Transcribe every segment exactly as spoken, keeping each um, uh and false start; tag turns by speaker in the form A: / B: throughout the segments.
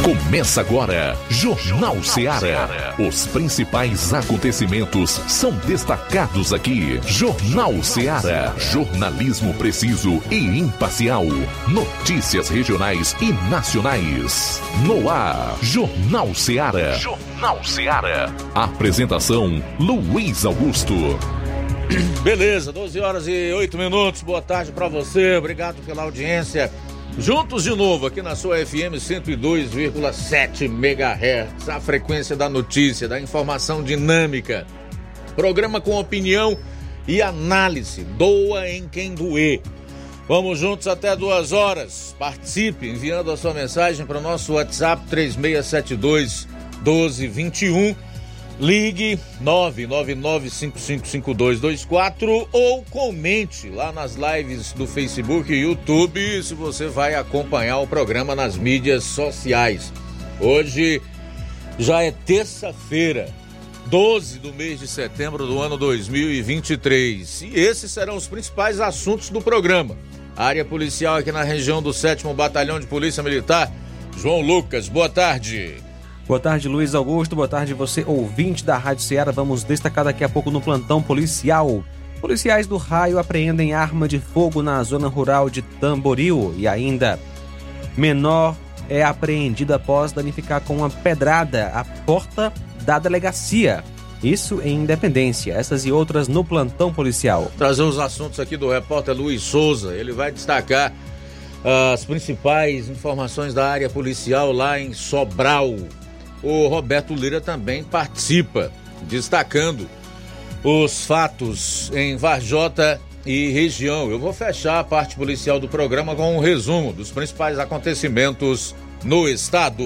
A: Começa agora, Jornal Ceará. Os principais acontecimentos são destacados aqui. Jornal Ceará. Jornalismo preciso e imparcial. Notícias regionais e nacionais. No ar, Jornal Ceará. Jornal Ceará. Apresentação, Luiz Augusto.
B: Beleza, doze horas e oito minutos. Boa tarde para você. Obrigado pela audiência. Juntos de novo aqui na sua F M cento e dois vírgula sete megahertz, a frequência da notícia, da informação dinâmica. Programa com opinião e análise. Doa em quem doer. Vamos juntos até duas horas. Participe enviando a sua mensagem para o nosso WhatsApp três seis sete dois, um dois dois um. Ligue nove nove nove cinco cinco cinco dois dois quatro ou comente lá nas lives do Facebook e YouTube se você vai acompanhar o programa nas mídias sociais. Hoje já é terça-feira, doze do mês de setembro do ano dois mil e vinte e três. E esses serão os principais assuntos do programa. A área policial aqui na região do sétimo Batalhão de Polícia Militar. João Lucas, boa tarde.
C: Boa tarde, Luiz Augusto. Boa tarde, você ouvinte da Rádio Ceará. Vamos destacar daqui a pouco no plantão policial. Policiais do Raio apreendem arma de fogo na zona rural de Tamboril. E ainda, menor é apreendido após danificar com uma pedrada a porta da delegacia. Isso em Independência. Essas e outras no plantão policial.
B: Trazer os assuntos aqui do repórter Luiz Souza. Ele vai destacar as principais informações da área policial lá em Sobral. O Roberto Lira também participa, destacando os fatos em Varjota e região. Eu vou fechar a parte policial do programa com um resumo dos principais acontecimentos no estado.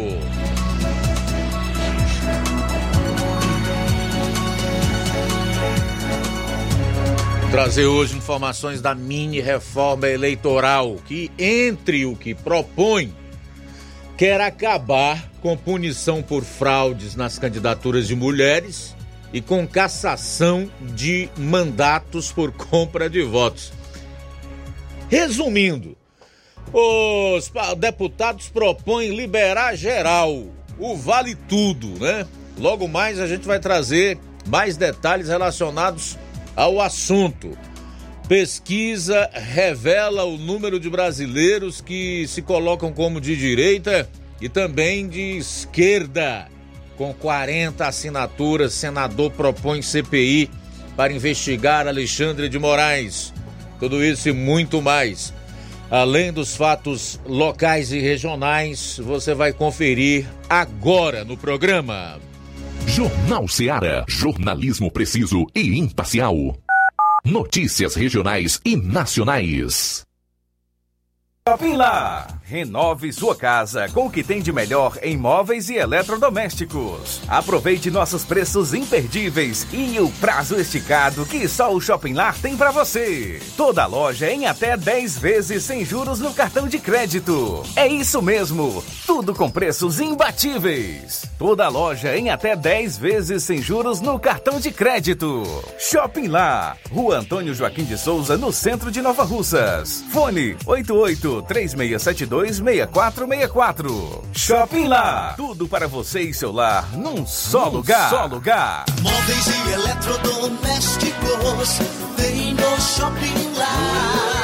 B: Trazer hoje informações da mini reforma eleitoral, que entre o que propõe, quer acabar com punição por fraudes nas candidaturas de mulheres e com cassação de mandatos por compra de votos. Resumindo, os deputados propõem liberar geral, o vale tudo, né? Logo mais a gente vai trazer mais detalhes relacionados ao assunto. Pesquisa revela o número de brasileiros que se colocam como de direita e também de esquerda. Com quarenta assinaturas, senador propõe C P I para investigar Alexandre de Moraes. Tudo isso e muito mais. Além dos fatos locais e regionais, você vai conferir agora no programa.
A: Jornal Ceará. Jornalismo preciso e imparcial. Notícias regionais e nacionais.
D: Shopping Lá. Renove sua casa com o que tem de melhor em móveis e eletrodomésticos. Aproveite nossos preços imperdíveis e o prazo esticado que só o Shopping Lá tem para você. Toda loja em até dez vezes sem juros no cartão de crédito. É isso mesmo, tudo com preços imbatíveis. Toda loja em até dez vezes sem juros no cartão de crédito. Shopping Lá, Rua Antônio Joaquim de Souza, no centro de Nova Russas. Fone oito oito três seis sete dois seis quatro seis quatro. Shopping Lá, tudo para você e seu lar num só num lugar. Só lugar.
E: Móveis e eletrodomésticos tem no Shopping Lá.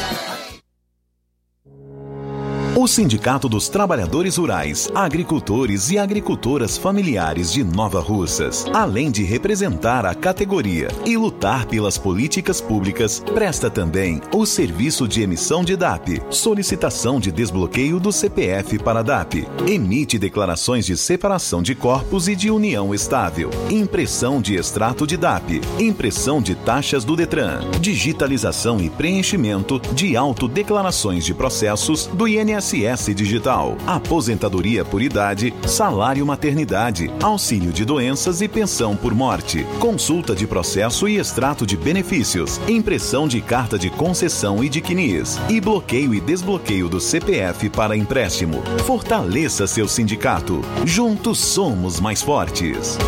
F: O Sindicato dos Trabalhadores Rurais, Agricultores e Agricultoras Familiares de Nova Russas, além de representar a categoria e lutar pelas políticas públicas, presta também o serviço de emissão de D A P, solicitação de desbloqueio do C P F para D A P, emite declarações de separação de corpos e de união estável, impressão de extrato de D A P, impressão de taxas do Detran, digitalização e preenchimento de autodeclarações de processos do I N S S Digital, aposentadoria por idade, salário maternidade, auxílio de doenças e pensão por morte, consulta de processo e extrato de benefícios, impressão de carta de concessão e de C N I S, e bloqueio e desbloqueio do C P F para empréstimo. Fortaleça seu sindicato. Juntos somos mais fortes.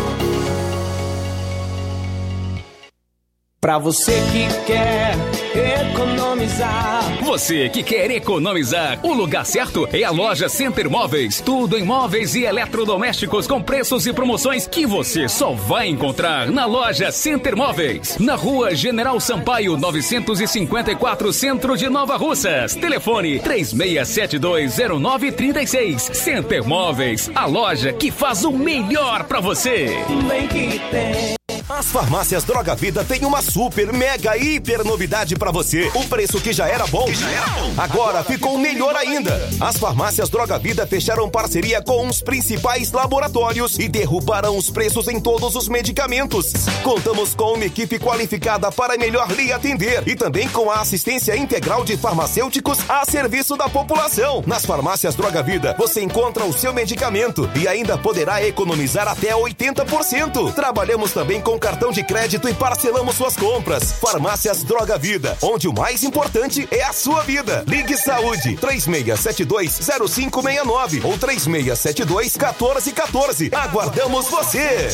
G: Para você que quer economizar, Você que quer economizar, o lugar certo é a loja Center Móveis. Tudo em móveis e eletrodomésticos com preços e promoções que você só vai encontrar na loja Center Móveis. Na rua General Sampaio, novecentos e cinquenta e quatro, Centro de Nova Russas. Telefone três seis sete dois zero nove três seis. Center Móveis, a loja que faz o melhor pra você.
H: As farmácias Droga Vida têm uma super, mega, hiper novidade pra você. O preço que já era bom, já era bom. Agora ficou melhor ainda. As farmácias Droga Vida fecharam parceria com os principais laboratórios e derrubaram os preços em todos os medicamentos. Contamos com uma equipe qualificada para melhor lhe atender e também com a assistência integral de farmacêuticos a serviço da população. Nas farmácias Droga Vida, você encontra o seu medicamento e ainda poderá economizar até oitenta por cento. Trabalhamos também com cartão de crédito e parcelamos suas compras. Farmácias Droga Vida, onde o mais importante é a sua vida. Ligue Saúde três seis sete dois zero cinco seis nove ou três seis sete dois um quatro um quatro. Aguardamos você!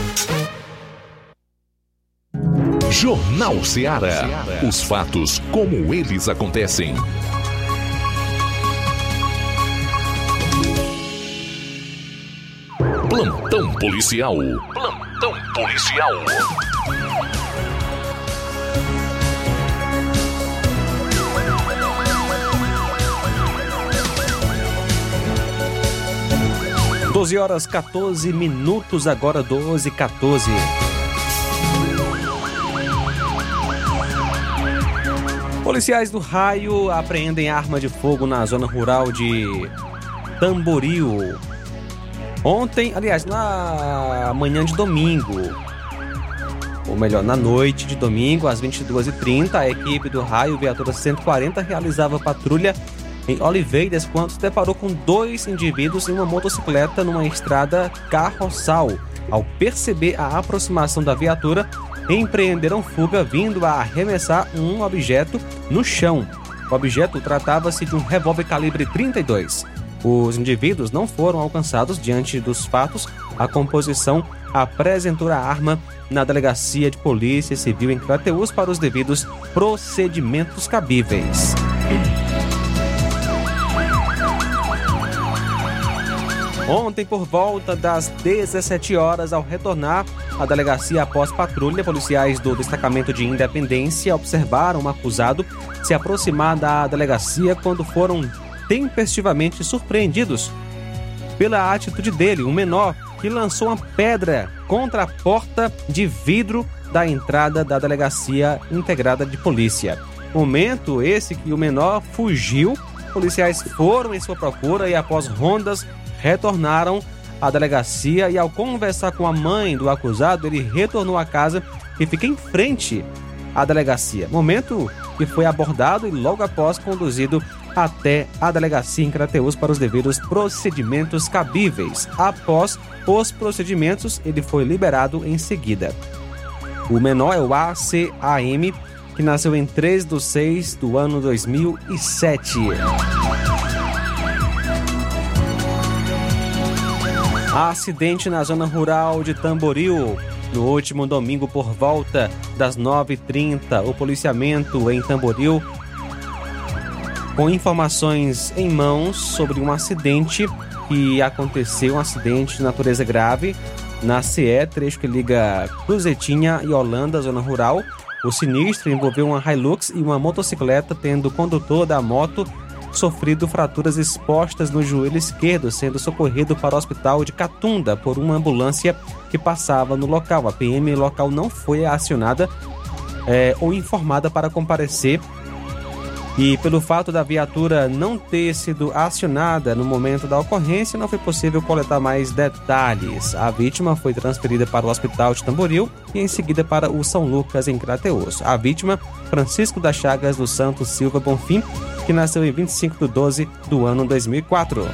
A: Jornal Ceará. Os fatos como eles acontecem. Plantão policial. Plantão policial.
C: doze horas quatorze minutos, agora doze e quatorze. Policiais do Raio apreendem arma de fogo na zona rural de Tamboril. Ontem, aliás, na manhã de domingo, ou melhor, na noite de domingo, às vinte e duas e trinta, a equipe do Raio, viatura cento e quarenta, realizava patrulha em Oliveiras quando se deparou com dois indivíduos em uma motocicleta numa estrada carroçal. Ao perceber a aproximação da viatura, empreenderam fuga vindo a arremessar um objeto no chão. O objeto tratava-se de um revólver calibre trinta e dois. Os indivíduos não foram alcançados. Diante dos fatos, a composição apresentou a arma na Delegacia de Polícia Civil em Crateús para os devidos procedimentos cabíveis. Ontem, por volta das dezessete horas, ao retornar à delegacia após patrulha, policiais do destacamento de Independência observaram um acusado se aproximar da delegacia quando foram tempestivamente surpreendidos pela atitude dele, um menor que lançou uma pedra contra a porta de vidro da entrada da Delegacia Integrada de Polícia. Momento esse que o menor fugiu, policiais foram em sua procura e após rondas retornaram à delegacia e ao conversar com a mãe do acusado, ele retornou à casa que fica em frente à delegacia. Momento que foi abordado e logo após conduzido até a delegacia em Crateús para os devidos procedimentos cabíveis. Após os procedimentos, ele foi liberado em seguida. O menor é o A C A M, que nasceu em três de seis do ano dois mil e sete. Acidente na zona rural de Tamboril. No último domingo, por volta das nove e trinta, o policiamento em Tamboril, com informações em mãos sobre um acidente que aconteceu, um acidente de natureza grave, na C E, trecho que liga Cruzetinha e Holanda, zona rural. O sinistro envolveu uma Hilux e uma motocicleta, tendo o condutor da moto sofrido fraturas expostas no joelho esquerdo, sendo socorrido para o hospital de Catunda por uma ambulância que passava no local. A P M local não foi acionada é, ou informada para comparecer, e pelo fato da viatura não ter sido acionada no momento da ocorrência, não foi possível coletar mais detalhes. A vítima foi transferida para o Hospital de Tamboril e em seguida para o São Lucas, em Crateús. A vítima, Francisco das Chagas dos Santos Silva Bonfim, que nasceu em vinte e cinco de doze do ano dois mil e quatro.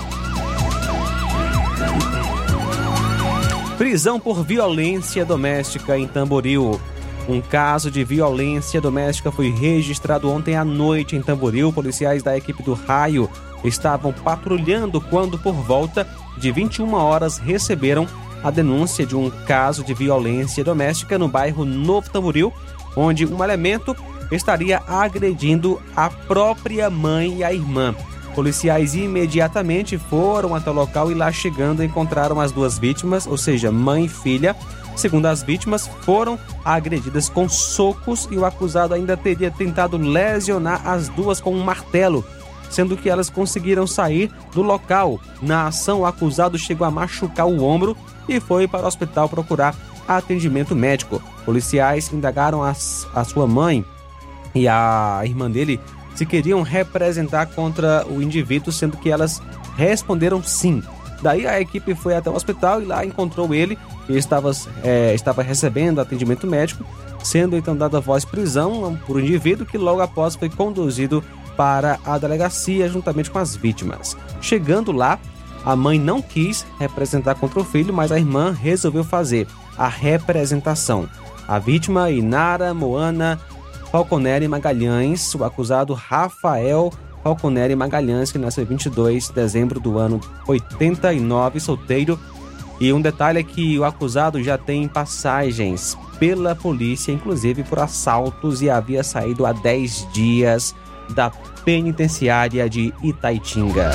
C: Prisão por violência doméstica em Tamboril. Um caso de violência doméstica foi registrado ontem à noite em Tamboril. Policiais da equipe do Raio estavam patrulhando quando, por volta de vinte e uma horas, receberam a denúncia de um caso de violência doméstica no bairro Novo Tamboril, onde um elemento estaria agredindo a própria mãe e a irmã. Policiais imediatamente foram até o local e lá chegando encontraram as duas vítimas, ou seja, mãe e filha. Segundo as vítimas, foram agredidas com socos e o acusado ainda teria tentado lesionar as duas com um martelo, sendo que elas conseguiram sair do local. Na ação, o acusado chegou a machucar o ombro e foi para o hospital procurar atendimento médico. Policiais indagaram as, a sua mãe e a irmã dele se queriam representar contra o indivíduo, sendo que elas responderam sim. Daí a equipe foi até o hospital e lá encontrou ele, que estava, é, estava recebendo atendimento médico, sendo então dada voz de prisão por um indivíduo que logo após foi conduzido para a delegacia juntamente com as vítimas. Chegando lá, a mãe não quis representar contra o filho, mas a irmã resolveu fazer a representação. A vítima, Inara Moana Falconeri Magalhães, o acusado Rafael Falconeri Magalhães, que nasceu em vinte e dois de dezembro do ano oitenta e nove, solteiro. E um detalhe é que o acusado já tem passagens pela polícia, inclusive por assaltos, e havia saído há dez dias da penitenciária de Itaitinga.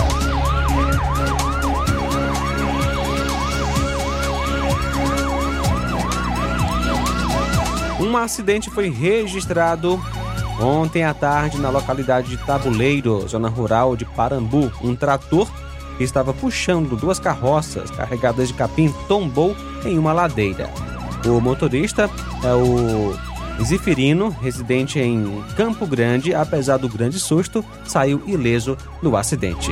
C: Um acidente foi registrado ontem à tarde na localidade de Tabuleiro, zona rural de Parambu. Um trator que estava puxando duas carroças carregadas de capim tombou em uma ladeira. O motorista é o Zifirino, residente em Campo Grande. Apesar do grande susto, saiu ileso no acidente.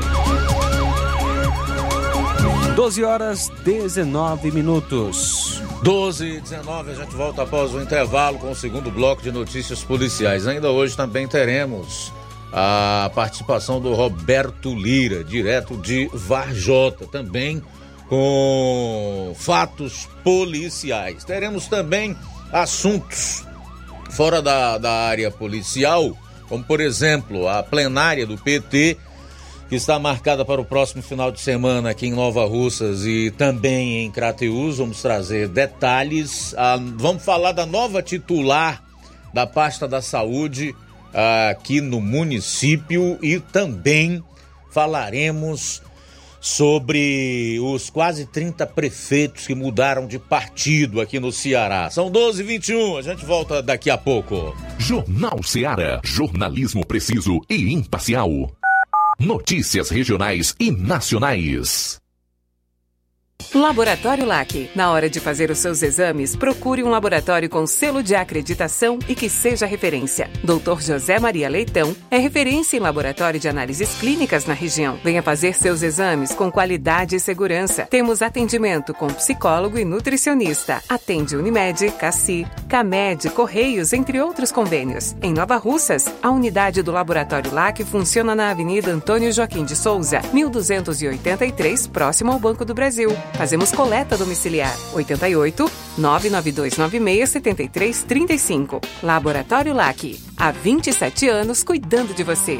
C: doze horas e dezenove minutos.
B: doze e dezenove, a gente volta após o intervalo com o segundo bloco de notícias policiais. Ainda hoje também teremos a participação do Roberto Lira, direto de Varjota, também com fatos policiais. Teremos também assuntos fora da, da área policial, como por exemplo a plenária do P T, que está marcada para o próximo final de semana aqui em Nova Russas e também em Crateús. Vamos trazer detalhes. Ah, vamos falar da nova titular da pasta da saúde ah, aqui no município e também falaremos sobre os quase trinta prefeitos que mudaram de partido aqui no Ceará. São doze e vinte e um, a gente volta daqui a pouco.
A: Jornal Ceará, jornalismo preciso e imparcial. Notícias regionais e nacionais.
I: Laboratório L A C. Na hora de fazer os seus exames, procure um laboratório com selo de acreditação e que seja referência. doutor José Maria Leitão é referência em laboratório de análises clínicas na região. Venha fazer seus exames com qualidade e segurança. Temos atendimento com psicólogo e nutricionista. Atende Unimed, Cassi, Camed, Correios, entre outros convênios. Em Nova Russas, a unidade do Laboratório L A C funciona na Avenida Antônio Joaquim de Souza, mil duzentos e oitenta e três, próximo ao Banco do Brasil. Fazemos coleta domiciliar. oito oito, nove nove dois nove seis, sete três três cinco. Laboratório L A C. Há vinte e sete anos cuidando de você.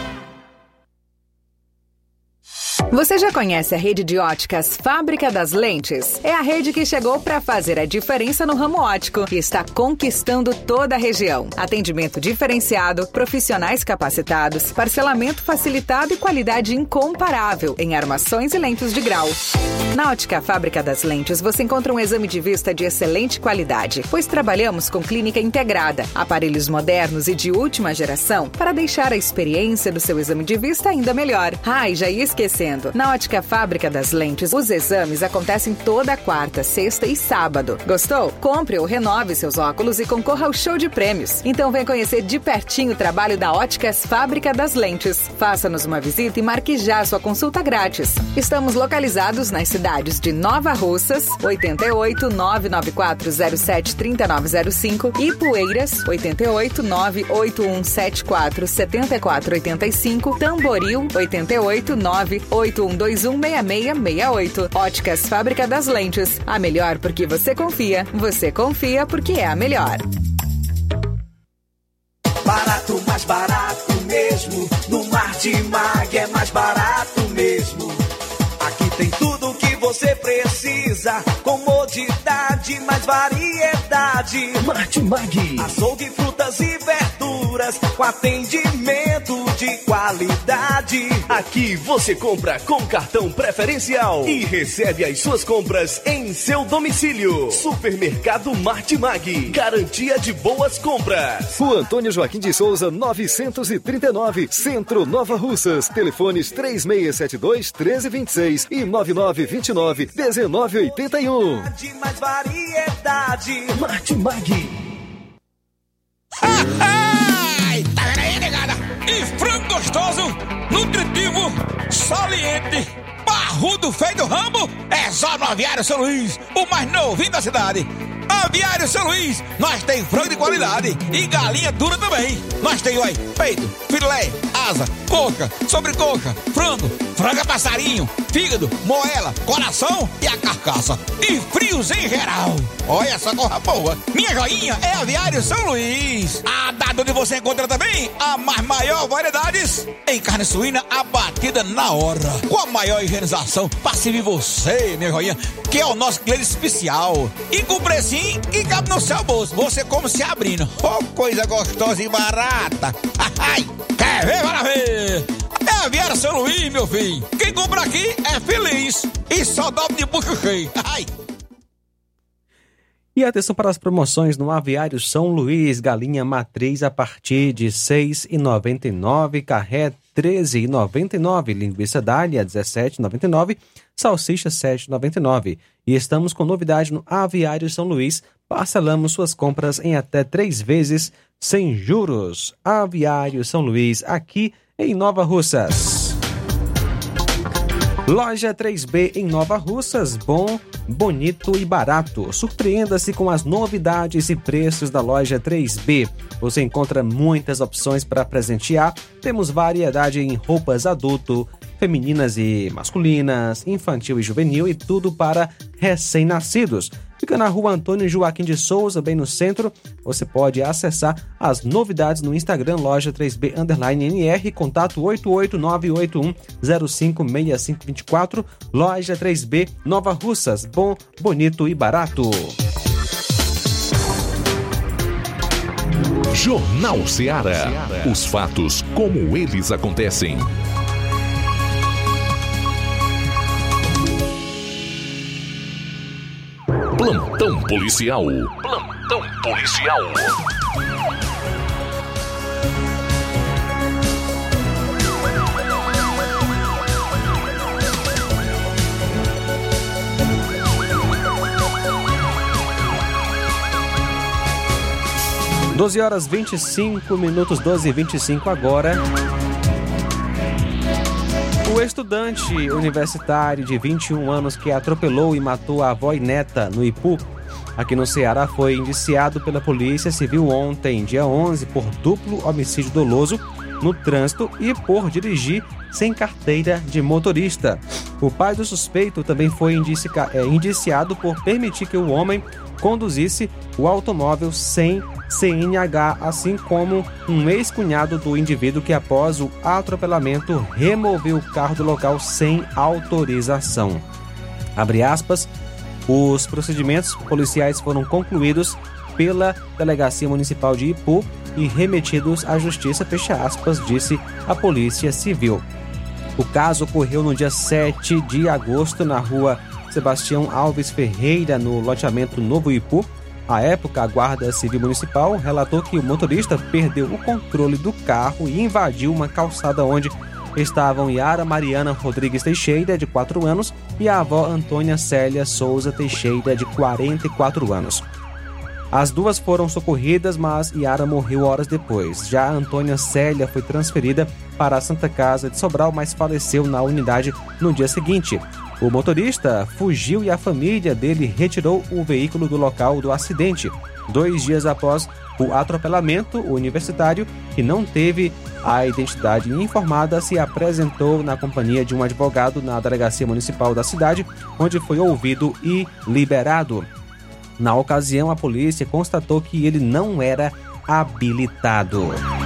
J: Você já conhece a rede de óticas Fábrica das Lentes? É a rede que chegou para fazer a diferença no ramo óptico e está conquistando toda a região. Atendimento diferenciado, profissionais capacitados, parcelamento facilitado e qualidade incomparável em armações e lentes de grau. Na Ótica Fábrica das Lentes você encontra um exame de vista de excelente qualidade, pois trabalhamos com clínica integrada, aparelhos modernos e de última geração para deixar a experiência do seu exame de vista ainda melhor. Ah, e já ia esquecendo. Na Ótica Fábrica das Lentes, os exames acontecem toda quarta, sexta e sábado. Gostou? Compre ou renove seus óculos e concorra ao show de prêmios. Então vem conhecer de pertinho o trabalho da Óticas Fábrica das Lentes. Faça-nos uma visita e marque já sua consulta grátis. Estamos localizados nas cidades de Nova Russas, oito oito, nove nove quatro zero sete, três nove zero cinco, e Poeiras, oito oito, nove oito um sete quatro, sete quatro oito cinco, Tamboril, oito oito, nove oito um dois um seis seis seis oito. Óticas Fábrica das Lentes. A melhor porque você confia. Você confia porque é a melhor.
E: Barato, mais barato mesmo. No Martimag é mais barato mesmo. Aqui tem tudo o que você precisa. Comodidade, mais variedade. Martimag. Açougue, frutas e verduras. verduras com atendimento de qualidade.
H: Aqui você compra com cartão preferencial e recebe as suas compras em seu domicílio. Supermercado Martimag, garantia de boas compras.
K: Rua Antônio Joaquim de Souza, novecentos e trinta e nove, Centro, Nova Russas. Telefones três seis sete dois, um três dois seis e nove nove dois nove, um nove oito um.
E: De mais variedade.
H: Martimag.
L: Ai, tá vendo aí, negada? E frango gostoso, nutritivo, saliente, barrudo, feio do rambo, é só no Aviário São Luís, o mais novinho da cidade. Aviário São Luís, nós tem frango de qualidade e galinha dura também. Nós tem, oi, peito, filé, asa, coxa, sobrecoxa, frango, franga passarinho, fígado, moela, coração e a carcaça. E frios em geral. Olha essa corra boa. Minha joinha é Aviário São Luís. A data onde você encontra também a mais maior variedades em carne suína abatida na hora. Com a maior higienização para servir você, minha joinha, que é o nosso cliente especial. E com precinho e cabe no seu bolso. Você come se abrindo. Oh, coisa gostosa e barata. Ai, quer ver, para ver. É Aviário São Luís, meu filho. Quem compra aqui é feliz. E só dobra de bucho cheio. Ai.
C: E atenção para as promoções no Aviário São Luís. Galinha matriz a partir de seis reais e noventa e nove centavos, carré treze reais e noventa e nove centavos, linguiça dália dezessete reais e noventa e nove centavos, salsicha sete reais e noventa e nove centavos. E estamos com novidade no Aviário São Luís. Parcelamos suas compras em até três vezes sem juros. Aviário São Luís, aqui em Nova Russas. Loja três B em Nova Russas, bom, bonito e barato. Surpreenda-se com as novidades e preços da Loja três B. Você encontra muitas opções para presentear. Temos variedade em roupas adulto, femininas e masculinas, infantil e juvenil e tudo para recém-nascidos. Fica na Rua Antônio Joaquim de Souza, bem no centro. Você pode acessar as novidades no Instagram, Loja três B underline N R, contato oito oito nove oito um zero cinco seis cinco dois quatro. Loja três B, Nova Russas, bom, bonito e barato.
A: Jornal Ceará. Os fatos como eles acontecem. Plantão policial. Plantão policial.
C: doze horas e vinte e cinco minutos, doze e vinte e cinco agora. O estudante universitário de vinte e um anos que atropelou e matou a avó e neta no Ipu, aqui no Ceará, foi indiciado pela Polícia Civil ontem, dia onze, por duplo homicídio doloso no trânsito e por dirigir sem carteira de motorista. O pai do suspeito também foi indicia- é, indiciado por permitir que o homem conduzisse o automóvel sem C N H, assim como um ex-cunhado do indivíduo que, após o atropelamento, removeu o carro do local sem autorização. Abre aspas, os procedimentos policiais foram concluídos pela Delegacia Municipal de Ipu e remetidos à Justiça, fecha aspas, disse a Polícia Civil. O caso ocorreu no dia sete de agosto na rua Sebastião Alves Ferreira, no loteamento Novo Ipu. À época, a Guarda Civil Municipal relatou que o motorista perdeu o controle do carro e invadiu uma calçada onde estavam Yara Mariana Rodrigues Teixeira, de quatro anos, e a avó Antônia Célia Souza Teixeira, de quarenta e quatro anos. As duas foram socorridas, mas Yara morreu horas depois. Já a Antônia Célia foi transferida para a Santa Casa de Sobral, mas faleceu na unidade no dia seguinte. O motorista fugiu e a família dele retirou o veículo do local do acidente. Dois dias após o atropelamento, o universitário, que não teve a identidade informada, se apresentou na companhia de um advogado na Delegacia Municipal da cidade, onde foi ouvido e liberado. Na ocasião, a polícia constatou que ele não era habilitado.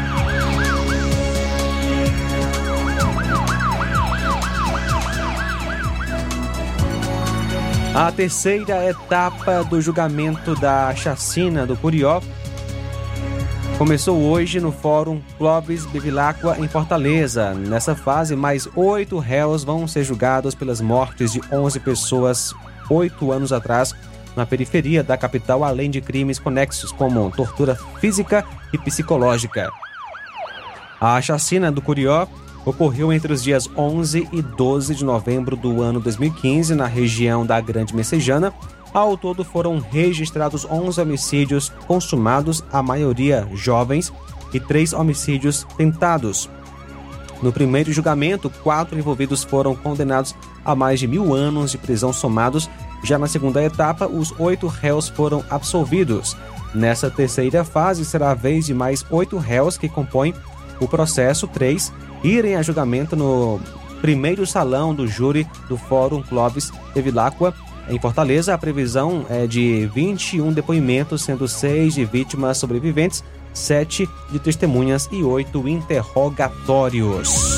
C: A terceira etapa do julgamento da chacina do Curió começou hoje no Fórum Clóvis Bevilacqua, em Fortaleza. Nessa fase, mais oito réus vão ser julgados pelas mortes de onze pessoas oito anos atrás na periferia da capital, além de crimes conexos como tortura física e psicológica. A chacina do Curió ocorreu entre os dias onze e doze de novembro do ano dois mil e quinze, na região da Grande Messejana. Ao todo foram registrados onze homicídios consumados, a maioria jovens, e três homicídios tentados. No primeiro julgamento, quatro envolvidos foram condenados a mais de mil anos de prisão somados. Já na segunda etapa, os oito réus foram absolvidos. Nessa terceira fase, será a vez de mais oito réus que compõem o processo, três, irem a julgamento no primeiro salão do júri do Fórum Clóvis Bevilacqua, em Fortaleza. A previsão é de vinte e um depoimentos, sendo seis de vítimas sobreviventes, sete de testemunhas e oito interrogatórios.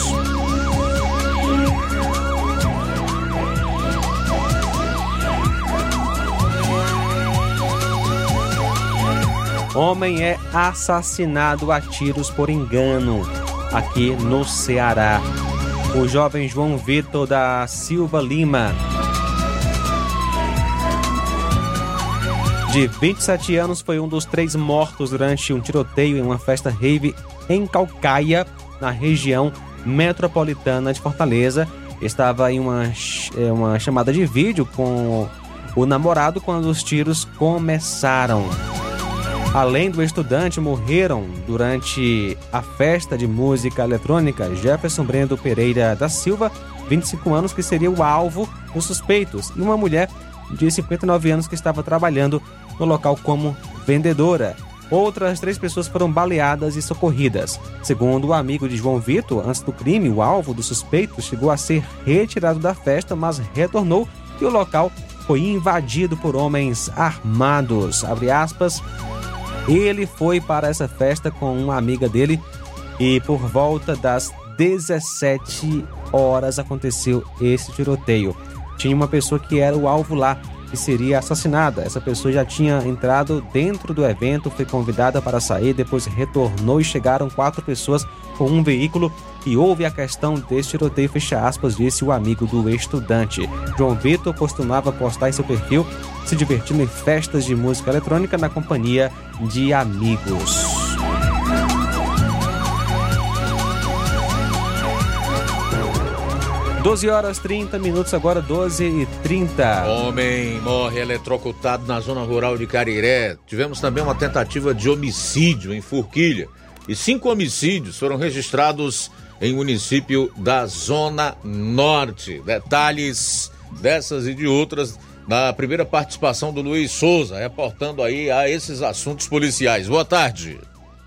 C: Homem é assassinado a tiros por engano aqui no Ceará. O jovem João Vitor da Silva Lima, de vinte e sete anos, foi um dos três mortos durante um tiroteio em uma festa rave em Caucaia, na região metropolitana de Fortaleza. Estava em uma, uma chamada de vídeo com o namorado quando os tiros começaram. Além do estudante, morreram durante a festa de música eletrônica Jefferson Brendo Pereira da Silva, vinte e cinco anos, que seria o alvo dos suspeitos, e uma mulher de cinquenta e nove anos que estava trabalhando no local como vendedora. Outras três pessoas foram baleadas e socorridas. Segundo o amigo de João Vitor, antes do crime, o alvo dos suspeitos chegou a ser retirado da festa, mas retornou e o local foi invadido por homens armados. Abre aspas. Ele foi para essa festa com uma amiga dele e por volta das dezessete horas aconteceu esse tiroteio. Tinha uma pessoa que era o alvo lá, que seria assassinada. Essa pessoa já tinha entrado dentro do evento, foi convidada para sair, depois retornou e chegaram quatro pessoas com um veículo e houve a questão desse tiroteio, fecha aspas, disse o amigo do estudante. João Vitor costumava postar em seu perfil se divertindo em festas de música eletrônica na companhia de amigos. doze horas e trinta minutos, agora doze e trinta.
B: Homem morre eletrocutado na zona rural de Cariré. Tivemos também uma tentativa de homicídio em Forquilha. E cinco homicídios foram registrados em município da Zona Norte. Detalhes dessas e de outras na primeira participação do Luiz Souza, reportando aí a esses assuntos policiais. Boa tarde.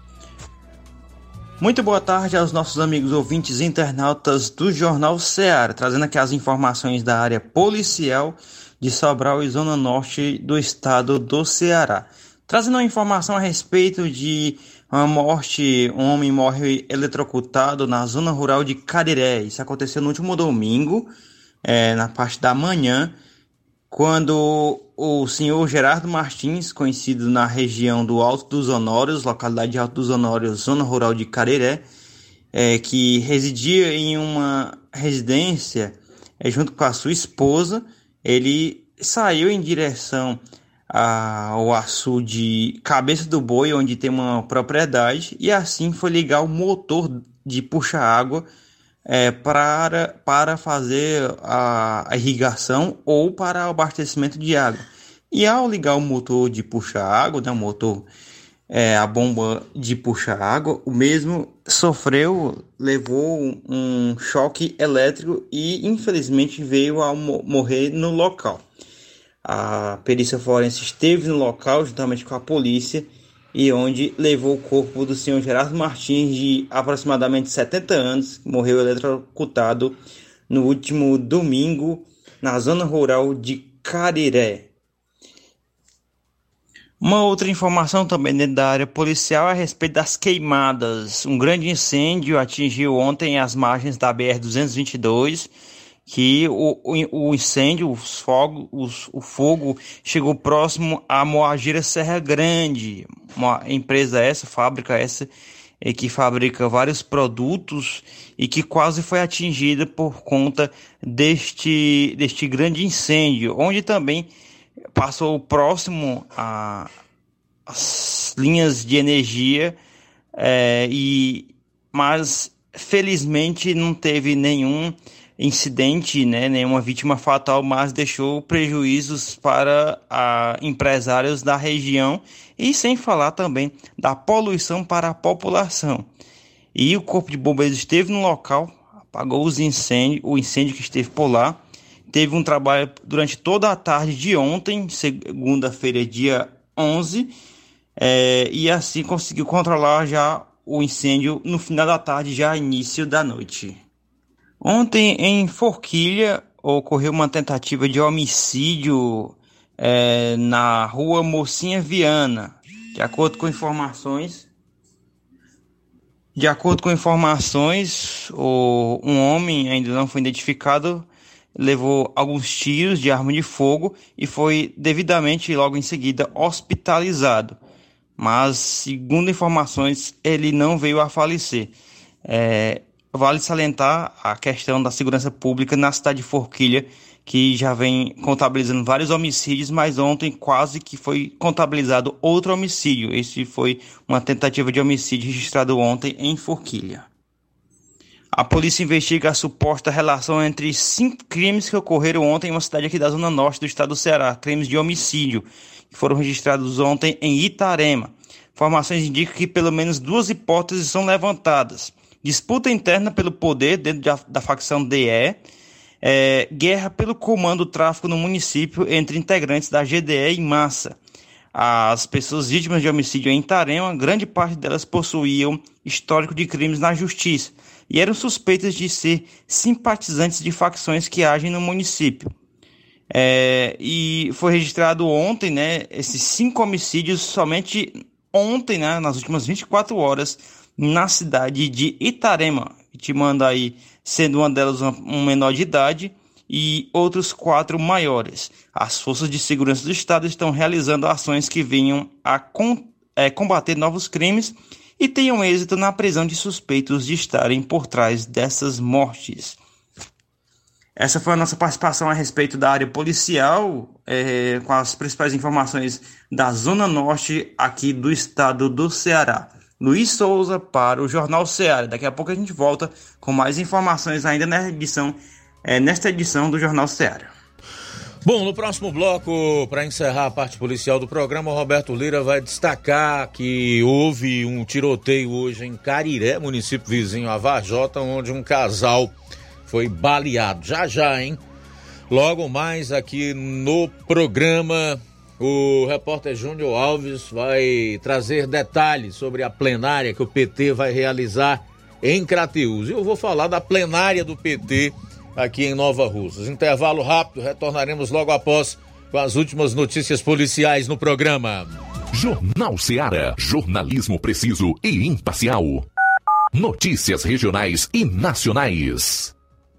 M: Muito boa tarde aos nossos amigos ouvintes e internautas do Jornal Ceará, trazendo aqui as informações da área policial de Sobral e Zona Norte do estado do Ceará. Trazendo uma informação a respeito de uma morte, um homem morre eletrocutado na zona rural de Cariré. Isso aconteceu no último domingo, é, na parte da manhã, quando o senhor Gerardo Martins, conhecido na região do Alto dos Honórios, localidade de Alto dos Honórios, zona rural de Cariré, é, que residia em uma residência é, junto com a sua esposa, ele saiu em direção ao açude Cabeça do Boi, onde tem uma propriedade, e assim foi ligar o motor de puxa-água É, para, para fazer a, a irrigação ou para o abastecimento de água. E ao ligar o motor de puxa-água, né, o motor, é, a bomba de puxa-água, o mesmo sofreu, levou um choque elétrico e infelizmente veio a morrer no local. A perícia forense esteve no local juntamente com a polícia, e onde levou o corpo do senhor Gerardo Martins, de aproximadamente setenta anos, que morreu eletrocutado no último domingo na zona rural de Cariré. Uma outra informação também dentro da área policial é a respeito das queimadas. Um grande incêndio atingiu ontem as margens da B R duzentos e vinte e dois, que o, o, o incêndio, os fogos, os, o fogo chegou próximo à Moageira Serra Grande, uma empresa essa, fábrica essa, que fabrica vários produtos e que quase foi atingida por conta deste, deste grande incêndio, onde também passou próximo às linhas de energia, é, e, mas felizmente não teve nenhum incidente, né, nenhuma vítima fatal, mas deixou prejuízos para a, empresários da região e sem falar também da poluição para a população. E o Corpo de Bombeiros esteve no local, apagou os incêndios, o incêndio que esteve por lá. Teve um trabalho durante toda a tarde de ontem, segunda-feira, dia onze, é, e assim conseguiu controlar já o incêndio no final da tarde, já início da noite. Ontem, em Forquilha, ocorreu uma tentativa de homicídio é, na rua Mocinha Viana. De acordo com informações, de acordo com informações, o, um homem ainda não foi identificado, levou alguns tiros de arma de fogo e foi devidamente logo em seguida hospitalizado. Mas, segundo informações, ele não veio a falecer. É, vale salientar a questão da segurança pública na cidade de Forquilha, que já vem contabilizando vários homicídios, mas ontem quase que foi contabilizado outro homicídio. Esse foi uma tentativa de homicídio registrado ontem em Forquilha. A polícia investiga a suposta relação entre cinco crimes que ocorreram ontem em uma cidade aqui da zona norte do estado do Ceará, crimes de homicídio, que foram registrados ontem em Itarema. Informações indicam que pelo menos duas hipóteses são levantadas: disputa interna pelo poder dentro da, da facção D E, é, guerra pelo comando do tráfico no município entre integrantes da G D E e Massa. As pessoas vítimas de homicídio em Itarema, grande parte delas possuíam histórico de crimes na justiça e eram suspeitas de ser simpatizantes de facções que agem no município. É, e foi registrado ontem, né, esses cinco homicídios somente ontem, né, nas últimas vinte e quatro horas, na cidade de Itarema, vitimando aí, sendo uma delas um menor de idade e outros quatro maiores. As forças de segurança do estado estão realizando ações que venham a com, é, combater novos crimes e tenham êxito na prisão de suspeitos de estarem por trás dessas mortes. Essa foi a nossa participação a respeito da área policial, é, com as principais informações da Zona Norte aqui do estado do Ceará. Luiz Souza para o Jornal Ceará. Daqui a pouco a gente volta com mais informações ainda nesta edição, é, nesta edição do Jornal Ceará.
B: Bom, no próximo bloco, para encerrar a parte policial do programa, o Roberto Lira vai destacar que houve um tiroteio hoje em Cariré, município vizinho a Varjota, onde um casal foi baleado. Já já, hein? Logo mais aqui no programa, o repórter Júnior Alves vai trazer detalhes sobre a plenária que o P T vai realizar em Crateús. E eu vou falar da plenária do P T aqui em Nova Russas. Intervalo rápido, retornaremos logo após com as últimas notícias policiais no programa.
A: Jornal Ceará, jornalismo preciso e imparcial. Notícias regionais e nacionais.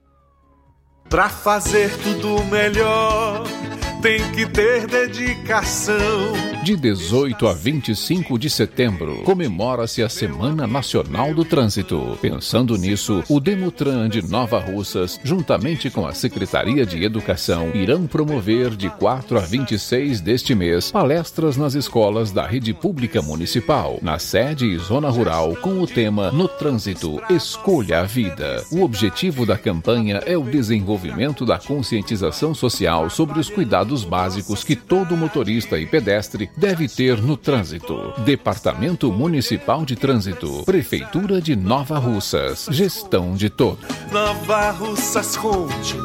N: Pra fazer tudo melhor, tem que ter dedicação.
O: De dezoito a vinte e cinco de setembro, comemora-se a Semana Nacional do Trânsito. Pensando nisso, o Demutran de Nova Russas, juntamente com a Secretaria de Educação, irão promover de quatro a vinte e seis deste mês palestras nas escolas da rede pública municipal, na sede e zona rural, com o tema No Trânsito, Escolha a Vida. O objetivo da campanha é o desenvolvimento da conscientização social sobre os cuidados básicos que todo motorista e pedestre deve ter no trânsito. Departamento Municipal de Trânsito, Prefeitura de Nova Russas, gestão de todos.
N: Nova Russas continua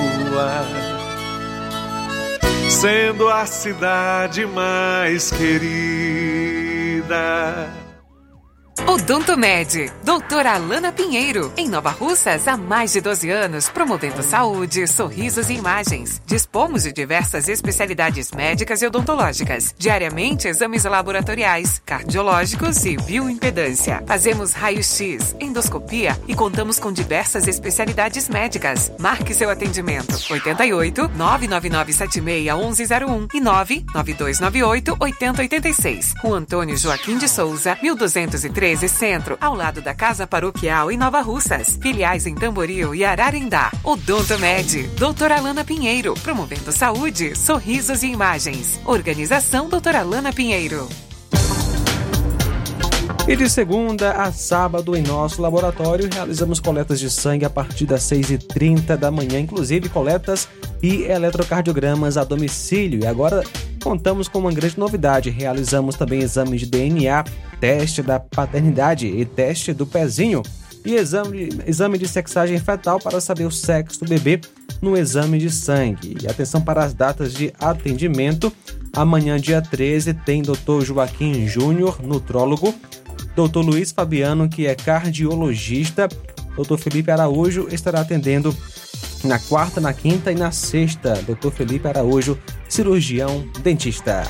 N: sendo a cidade mais querida.
I: O Odonto Med, doutora Alana Pinheiro, em Nova Russas há mais de doze anos, promovendo saúde, sorrisos e imagens. Dispomos de diversas especialidades médicas e odontológicas, diariamente exames laboratoriais, cardiológicos e bioimpedância. Fazemos raio-x, endoscopia e contamos com diversas especialidades médicas. Marque seu atendimento oito oito, nove nove nove sete seis, um um zero um e nove nove dois nove oito, oito zero oito seis. Rua Antônio Joaquim de Souza, mil duzentos e treze Centro, ao lado da Casa Paroquial em Nova Russas. Filiais em Tamboril e Ararindá. Odonto Med, doutora Alana Pinheiro, promovendo saúde, sorrisos e imagens. Organização doutora Alana Pinheiro.
C: E de segunda a sábado, em nosso laboratório, realizamos coletas de sangue a partir das seis e trinta da manhã, inclusive coletas e eletrocardiogramas a domicílio. E agora contamos com uma grande novidade: realizamos também exame de D N A, teste da paternidade e teste do pezinho, e exame, exame de sexagem fetal para saber o sexo do bebê no exame de sangue. E atenção para as datas de atendimento. Amanhã, dia treze, tem doutor Joaquim Júnior, nutrólogo, doutor Luiz Fabiano, que é cardiologista, doutor Felipe Araújo estará atendendo na quarta, na quinta e na sexta. doutor Felipe Araújo, cirurgião dentista.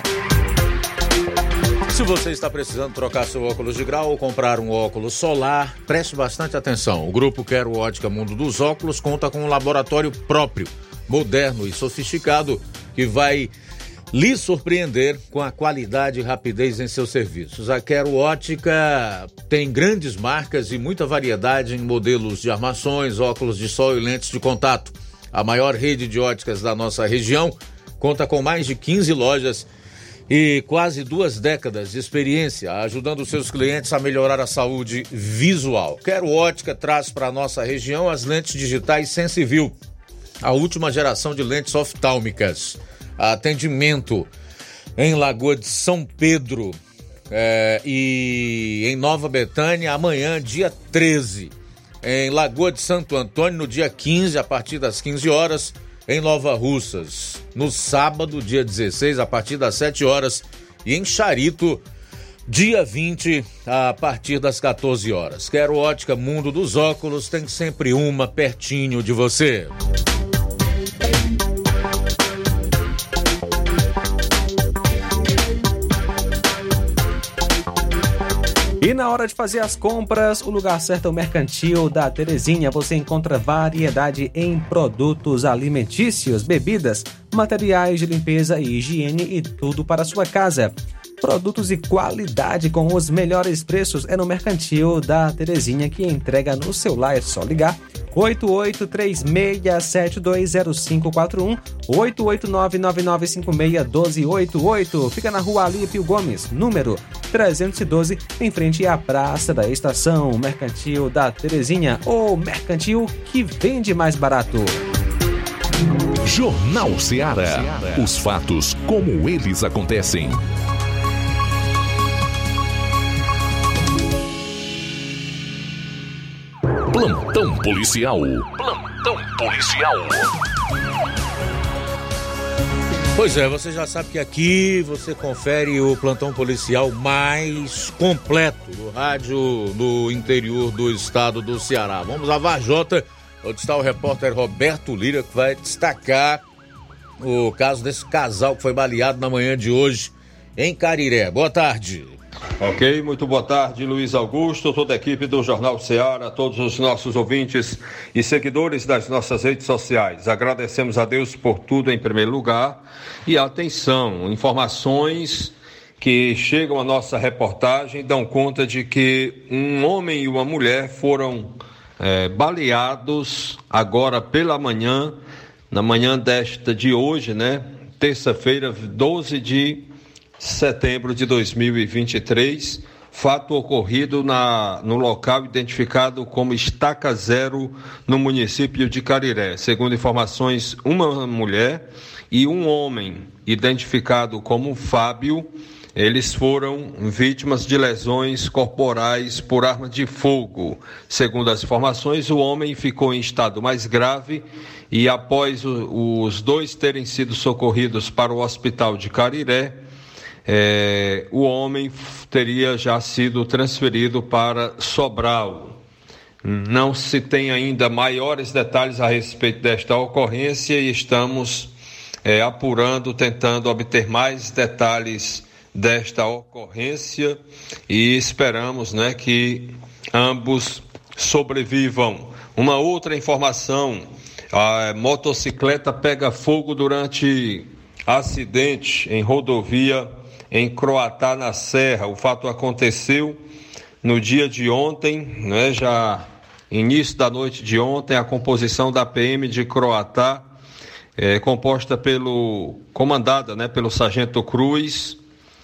B: Se você está precisando trocar seu óculos de grau ou comprar um óculos solar, preste bastante atenção. O Grupo Quero Ótica Mundo dos Óculos conta com um laboratório próprio, moderno e sofisticado, que vai lhe surpreender com a qualidade e rapidez em seus serviços. A Quero Ótica tem grandes marcas e muita variedade em modelos de armações, óculos de sol e lentes de contato. A maior rede de óticas da nossa região conta com mais de quinze lojas e quase duas décadas de experiência, ajudando seus clientes a melhorar a saúde visual. Quero Ótica traz para a nossa região as lentes digitais Sensiview, a última geração de lentes oftálmicas. Atendimento em Lagoa de São Pedro é, e em Nova Betânia amanhã, dia treze. Em Lagoa de Santo Antônio, no dia quinze, a partir das quinze horas. Em Nova Russas, no sábado, dia dezesseis, a partir das sete horas. E em Charito, dia vinte, a partir das quatorze horas. Quero Ótica Mundo dos Óculos, tem sempre uma pertinho de você.
C: E na hora de fazer as compras, o lugar certo é o Mercantil da Terezinha. Você encontra variedade em produtos alimentícios, bebidas, materiais de limpeza e higiene e tudo para a sua casa. Produtos e qualidade com os melhores preços é no Mercantil da Terezinha, que entrega no celular. É só ligar oito oito três seis sete dois zero cinco quatro um, oito oito nove nove nove cinco seis um dois oito oito. Fica na rua Alípio Gomes, número trezentos e doze, em frente à Praça da Estação. Mercantil da Terezinha, o mercantil que vende mais barato.
A: Jornal Ceará. Os fatos como eles acontecem. Plantão policial. Plantão policial.
B: Pois é, você já sabe que aqui você confere o plantão policial mais completo do rádio no interior do estado do Ceará. Vamos a Varjota, onde está o repórter Roberto Lira, que vai destacar o caso desse casal que foi baleado na manhã de hoje em Cariré. Boa tarde.
P: Ok, muito boa tarde, Luiz Augusto, toda a equipe do Jornal Ceará, todos os nossos ouvintes e seguidores das nossas redes sociais. Agradecemos a Deus por tudo em primeiro lugar. E atenção, informações que chegam à nossa reportagem dão conta de que um homem e uma mulher foram é, baleados agora pela manhã, na manhã desta de hoje, né? Terça-feira, doze de setembro de dois mil e vinte e três, fato ocorrido na, no local identificado como Estaca Zero, no município de Cariré. Segundo informações, uma mulher e um homem, identificado como Fábio, eles foram vítimas de lesões corporais por arma de fogo. Segundo as informações, o homem ficou em estado mais grave e após o, os dois terem sido socorridos para o hospital de Cariré, é, o homem teria já sido transferido para Sobral. Não se tem ainda maiores detalhes a respeito desta ocorrência e estamos é, apurando, tentando obter mais detalhes desta ocorrência e esperamos, né, que ambos sobrevivam. Uma outra informação: a motocicleta pega fogo durante acidente em rodovia em Croatá, na Serra. O fato aconteceu no dia de ontem, né, já início da noite de ontem. A composição da P M de Croatá é composta pelo, comandada, né, pelo Sargento Cruz.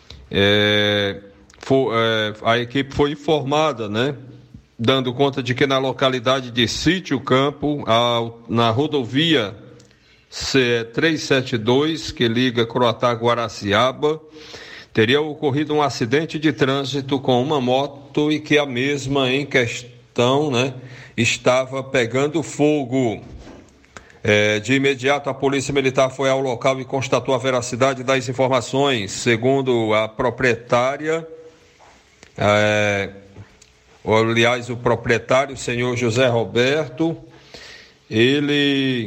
P: É, foi, é, a equipe foi informada, né, dando conta de que na localidade de Sítio Campo, a, na rodovia C trezentos e setenta e dois, que liga Croatá a Guaraciaba, teria ocorrido um acidente de trânsito com uma moto e que a mesma em questão, né, estava pegando fogo. É, de imediato, a Polícia Militar foi ao local e constatou a veracidade das informações. Segundo a proprietária, é, aliás, o proprietário, o senhor José Roberto, ele,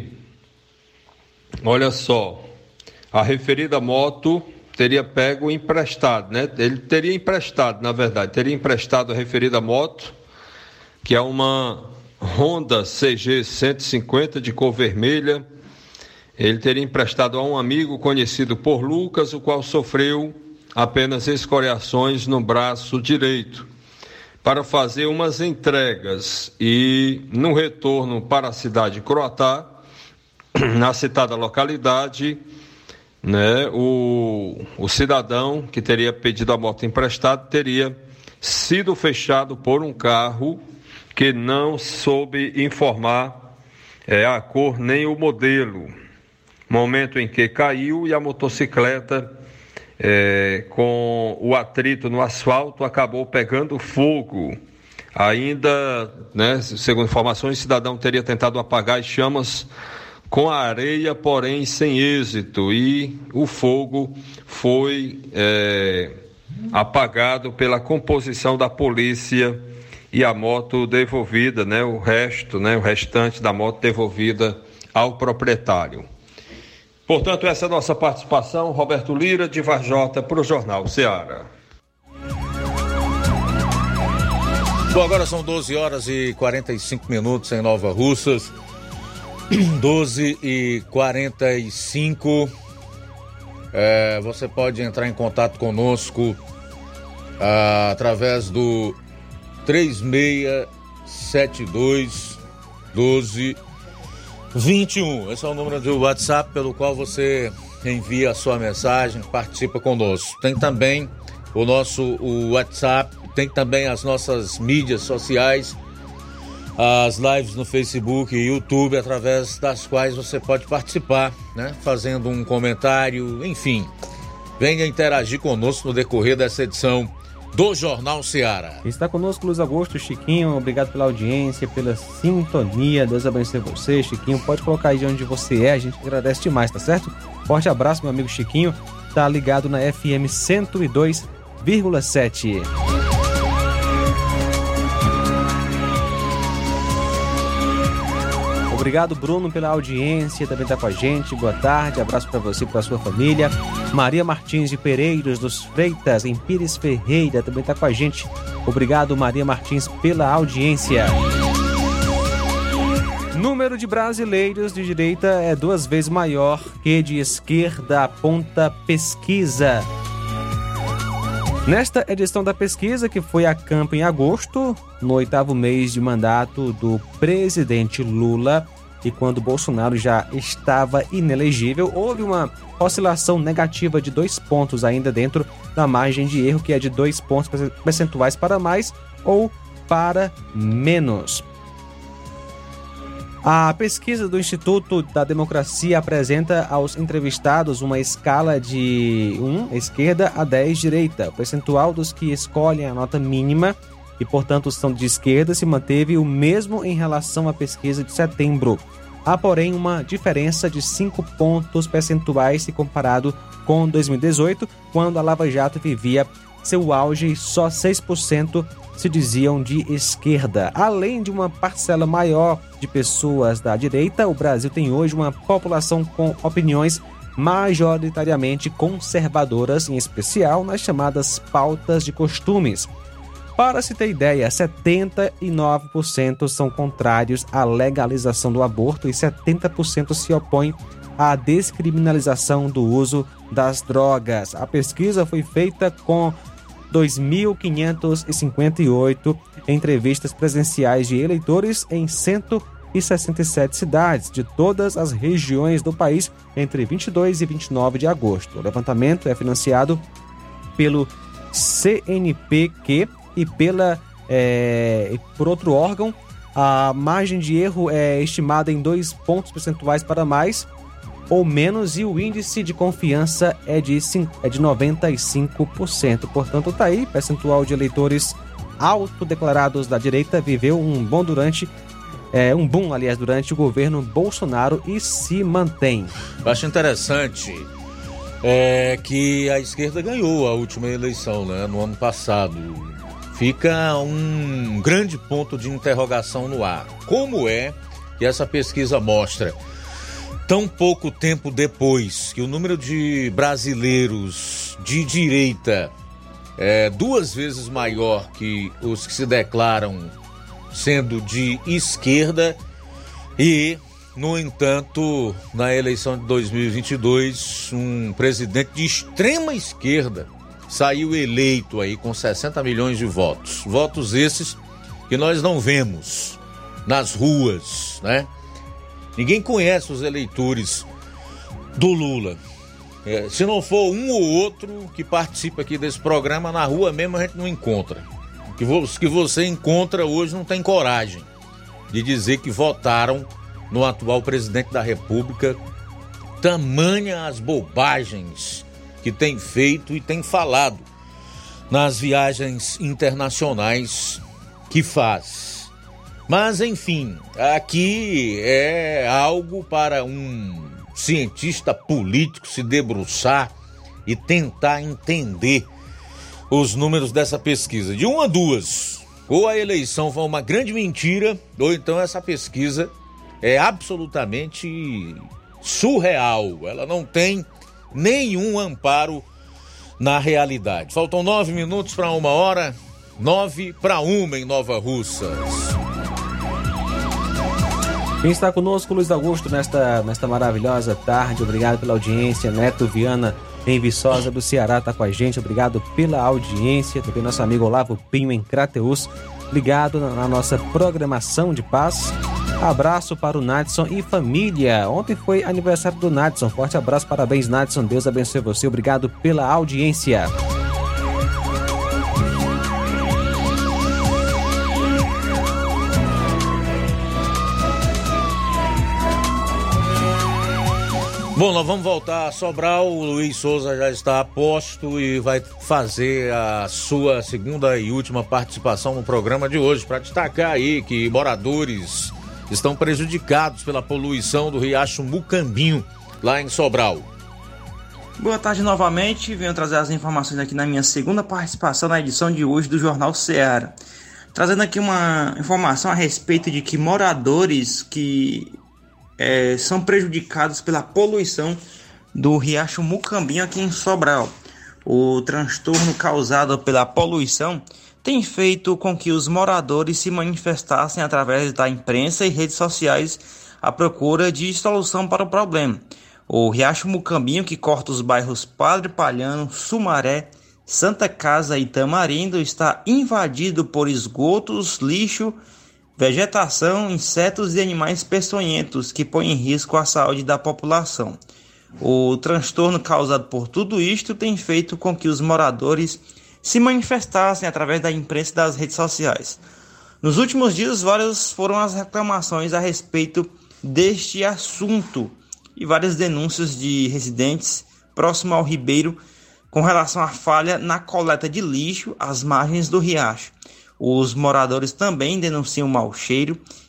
P: olha só, a referida moto teria pego emprestado, né? Ele teria emprestado, na verdade, teria emprestado a referida moto, que é uma Honda C G cento e cinquenta de cor vermelha. Ele teria emprestado a um amigo conhecido por Lucas, o qual sofreu apenas escoriações no braço direito, para fazer umas entregas. E no retorno para a cidade de Croatá, na citada localidade, né, o, o cidadão que teria pedido a moto emprestada teria sido fechado por um carro que não soube informar é, a cor nem o modelo. Momento em que caiu e a motocicleta, é, com o atrito no asfalto, acabou pegando fogo. Ainda, né, segundo informações, o cidadão teria tentado apagar as chamas com a areia, porém sem êxito, e o fogo foi é, apagado pela composição da polícia e a moto devolvida, né, o resto, né, o restante da moto devolvida ao proprietário. Portanto, essa é a nossa participação. Roberto Lira, de Varjota, para o Jornal Ceará.
B: Bom, agora são doze horas e quarenta e cinco minutos em Nova Russas. doze e quarenta e cinco. É, você pode entrar em contato conosco ah, através do três seis sete dois, um dois dois um. Esse é o número do WhatsApp pelo qual você envia a sua mensagem, participa conosco. Tem também o nosso o WhatsApp, tem também as nossas mídias sociais, as lives no Facebook e YouTube, através das quais você pode participar, né? Fazendo um comentário, enfim. Venha interagir conosco no decorrer dessa edição do Jornal Ceará.
C: Está conosco Luiz Augusto, Chiquinho, obrigado pela audiência, pela sintonia. Deus abençoe você, Chiquinho. Pode colocar aí de onde você é, a gente agradece demais, tá certo? Forte abraço, meu amigo Chiquinho. Tá ligado na F M cento e dois vírgula sete. Obrigado, Bruno, pela audiência, também está com a gente. Boa tarde, abraço para você e para a sua família. Maria Martins de Pereiros dos Freitas, em Pires Ferreira, também está com a gente. Obrigado, Maria Martins, pela audiência. Número de brasileiros de direita é duas vezes maior que de esquerda, aponta pesquisa. Nesta edição da pesquisa, que foi a campo em agosto, no oitavo mês de mandato do presidente Lula, e quando Bolsonaro já estava inelegível, houve uma oscilação negativa de dois pontos ainda dentro da margem de erro, que é de dois pontos percentuais para mais ou para menos. A pesquisa do Instituto da Democracia apresenta aos entrevistados uma escala de um, esquerda, a dez, direita. O percentual dos que escolhem a nota mínima e, portanto, são de esquerda, se manteve o mesmo em relação à pesquisa de setembro. Há, porém, uma diferença de cinco pontos percentuais se comparado com dois mil e dezoito, quando a Lava Jato vivia seu auge e só seis por cento se diziam de esquerda. Além de uma parcela maior de pessoas da direita, o Brasil tem hoje uma população com opiniões majoritariamente conservadoras, em especial nas chamadas pautas de costumes. Para se ter ideia, setenta e nove por cento são contrários à legalização do aborto e setenta por cento se opõem à descriminalização do uso das drogas. A pesquisa foi feita com dois mil quinhentas e cinquenta e oito entrevistas presenciais de eleitores em cento e sessenta e sete cidades de todas as regiões do país entre vinte e dois e vinte e nove de agosto. O levantamento é financiado pelo C N P Q e pela, é, por outro órgão. A margem de erro é estimada em dois pontos percentuais para mais ou menos e o índice de confiança é de, é de noventa e cinco por cento. Portanto, está aí, percentual de eleitores autodeclarados da direita viveu um bom durante, é, um boom, aliás, durante o governo Bolsonaro e se mantém.
B: Eu acho interessante é, que a esquerda ganhou a última eleição, né, no ano passado. Fica um grande ponto de interrogação no ar. Como é que essa pesquisa mostra, tão pouco tempo depois, que o número de brasileiros de direita é duas vezes maior que os que se declaram sendo de esquerda e, no entanto, na eleição de dois mil e vinte e dois, um presidente de extrema esquerda saiu eleito aí com sessenta milhões de votos. Votos esses que nós não vemos nas ruas, né? Ninguém conhece os eleitores do Lula. É, se não for um ou outro que participa aqui desse programa, na rua mesmo a gente não encontra. Os que você encontra hoje não tem coragem de dizer que votaram no atual presidente da República. Tamanha as bobagens que tem feito e tem falado nas viagens internacionais que faz. Mas, enfim, aqui é algo para um cientista político se debruçar e tentar entender os números dessa pesquisa. De uma a duas, ou a eleição foi uma grande mentira, ou então essa pesquisa é absolutamente surreal. Ela não tem nenhum amparo na realidade. Faltam nove minutos para uma hora, nove para uma em Nova Russas.
C: Quem está conosco, Luiz Augusto, nesta, nesta maravilhosa tarde. Obrigado pela audiência. Neto Viana, em Viçosa do Ceará, está com a gente. Obrigado pela audiência. Também nosso amigo Olavo Pinho, em Crateús, ligado na, na nossa programação de paz. Abraço para o Nadson e família. Ontem foi aniversário do Nadson. Forte abraço, parabéns, Nadson. Deus abençoe você. Obrigado pela audiência.
B: Bom, nós vamos voltar a Sobral. O Luiz Souza já está a posto e vai fazer a sua segunda e última participação no programa de hoje, para destacar aí que moradores estão prejudicados pela poluição do Riacho Mucambinho, lá em Sobral.
M: Boa tarde novamente, venho trazer as informações aqui na minha segunda participação na edição de hoje do Jornal Ceará. Trazendo aqui uma informação a respeito de que moradores que é, são prejudicados pela poluição do Riacho Mucambinho aqui em Sobral. O transtorno causado pela poluição tem feito com que os moradores se manifestassem através da imprensa e redes sociais à procura de solução para o problema. O Riacho Mucambinho, que corta os bairros Padre Palhano, Sumaré, Santa Casa e Tamarindo, está invadido por esgotos, lixo, vegetação, insetos e animais peçonhentos que põem em risco a saúde da população. O transtorno causado por tudo isto tem feito com que os moradores se manifestassem através da imprensa e das redes sociais. Nos últimos dias, várias foram as reclamações a respeito deste assunto e várias denúncias de residentes próximo ao Ribeiro com relação à falha na coleta de lixo às margens do riacho. Os moradores também denunciam mau cheiro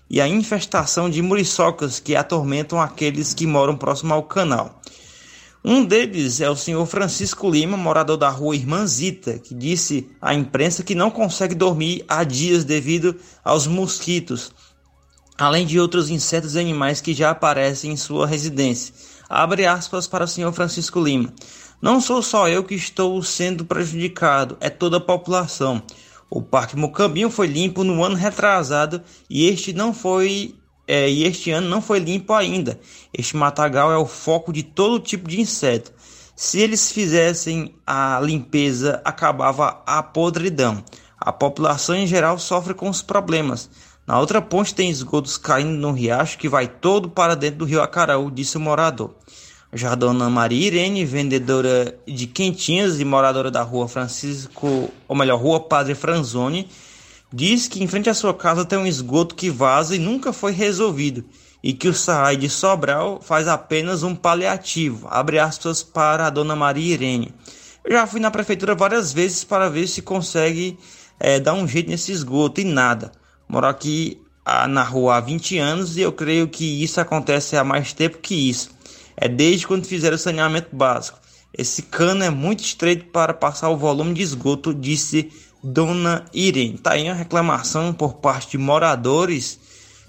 M: e a infestação de muriçocas que atormentam aqueles que moram próximo ao canal. Um deles é o senhor Francisco Lima, morador da rua Irmãzita, que disse à imprensa que não consegue dormir há dias devido aos mosquitos, além de outros insetos e animais que já aparecem em sua residência. Abre aspas para o senhor Francisco Lima. Não sou só eu que estou sendo prejudicado, é toda a população. O Parque Mucambinho foi limpo no ano retrasado e este não foi é, e este ano não foi limpo ainda. Este matagal é o foco de todo tipo de inseto. Se eles fizessem a limpeza, acabava a podridão. A população em geral sofre com os problemas. Na outra ponte tem esgotos caindo no riacho que vai todo para dentro do rio Acaraú, disse o morador. Já a dona Maria Irene, vendedora de quentinhas e moradora da rua Francisco, ou melhor, rua Padre Franzoni, diz que em frente à sua casa tem um esgoto que vaza e nunca foi resolvido, e que o SAAI de Sobral faz apenas um paliativo, abre aspas para a dona Maria Irene. Eu já fui na prefeitura várias vezes para ver se consegue é, dar um jeito nesse esgoto e nada. Moro aqui ah, na rua há vinte anos e eu creio que isso acontece há mais tempo que isso. É desde quando fizeram o saneamento básico. Esse cano é muito estreito para passar o volume de esgoto, disse dona Irene. Está aí uma reclamação por parte de moradores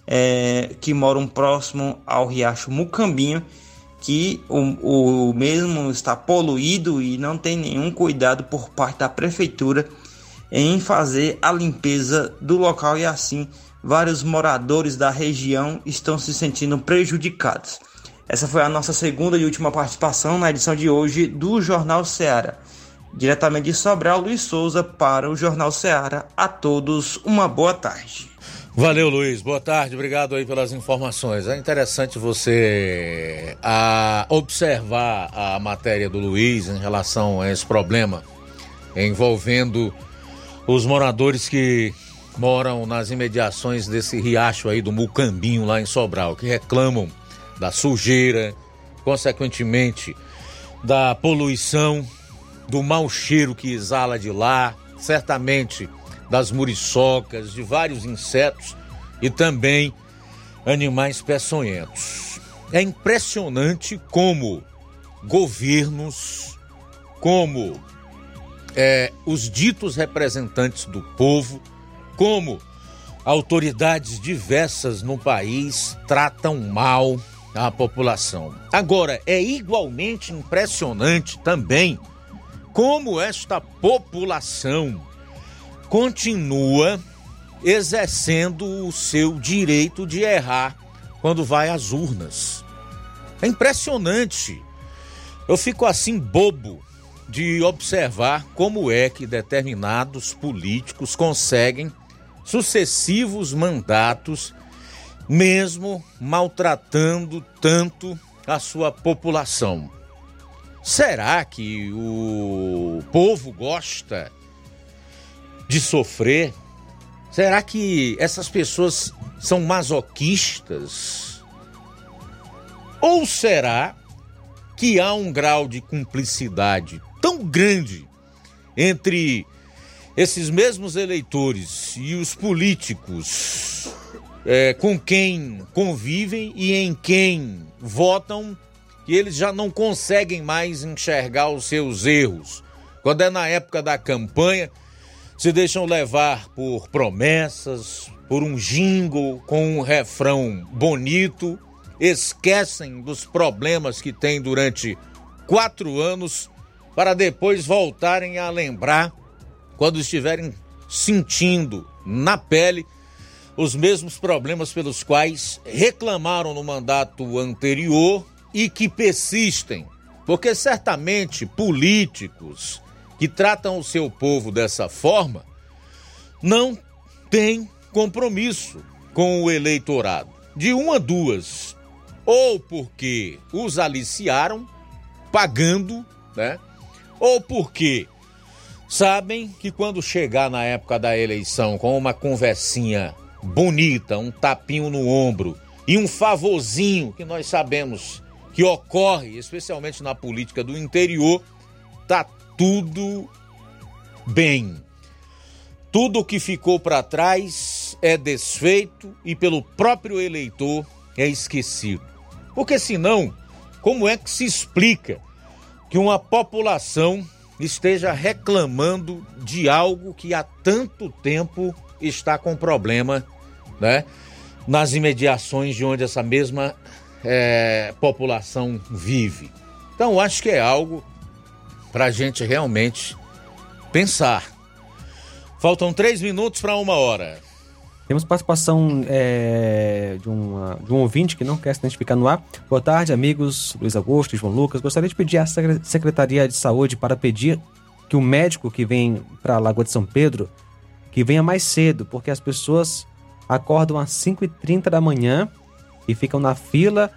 M: é, que moram próximo ao riacho Mucambinho, que o, o mesmo está poluído e não tem nenhum cuidado por parte da prefeitura em fazer a limpeza do local, e assim vários moradores da região estão se sentindo prejudicados. Essa foi a nossa segunda e última participação na edição de hoje do Jornal Ceará. Diretamente de Sobral, Luiz Souza para o Jornal Ceará. A todos uma boa tarde.
B: Valeu, Luiz. Boa tarde. Obrigado aí pelas informações. É interessante você a, observar a matéria do Luiz em relação a esse problema envolvendo os moradores que moram nas imediações desse riacho aí do Mucambinho lá em Sobral, que reclamam da sujeira, consequentemente da poluição, do mau cheiro que exala de lá, certamente das muriçocas, de vários insetos e também animais peçonhentos. É impressionante como governos, como é, os ditos representantes do povo, como autoridades diversas no país tratam mal a população. Agora, é igualmente impressionante também como esta população continua exercendo o seu direito de errar quando vai às urnas. É impressionante. Eu fico assim bobo de observar como é que determinados políticos conseguem sucessivos mandatos, mesmo maltratando tanto a sua população. Será que o povo gosta de sofrer? Será que essas pessoas são masoquistas? Ou será que há um grau de cumplicidade tão grande entre esses mesmos eleitores e os políticos é, com quem convivem e em quem votam, que eles já não conseguem mais enxergar os seus erros? Quando é na época da campanha, se deixam levar por promessas, por um jingle com um refrão bonito, esquecem dos problemas que têm durante quatro anos para depois voltarem a lembrar quando estiverem sentindo na pele os mesmos problemas pelos quais reclamaram no mandato anterior e que persistem, porque certamente políticos que tratam o seu povo dessa forma não têm compromisso com o eleitorado. De uma a duas, ou porque os aliciaram pagando, né? Ou porque sabem que quando chegar na época da eleição com uma conversinha bonita, um tapinho no ombro e um favorzinho que nós sabemos que ocorre, especialmente na política do interior, tá tudo bem. Tudo que ficou para trás é desfeito e pelo próprio eleitor é esquecido. Porque senão, como é que se explica que uma população esteja reclamando de algo que há tanto tempo está com problema, né, nas imediações de onde essa mesma é, população vive? Então, acho que é algo para a gente realmente pensar. Faltam três minutos para uma hora.
C: Temos participação é, de, uma, de um ouvinte que não quer se identificar no ar. Boa tarde, amigos Luiz Augusto e João Lucas. Gostaria de pedir à Secretaria de Saúde para pedir que o médico que vem para a Lagoa de São Pedro, que venha mais cedo, porque as pessoas acordam às cinco e trinta da manhã e ficam na fila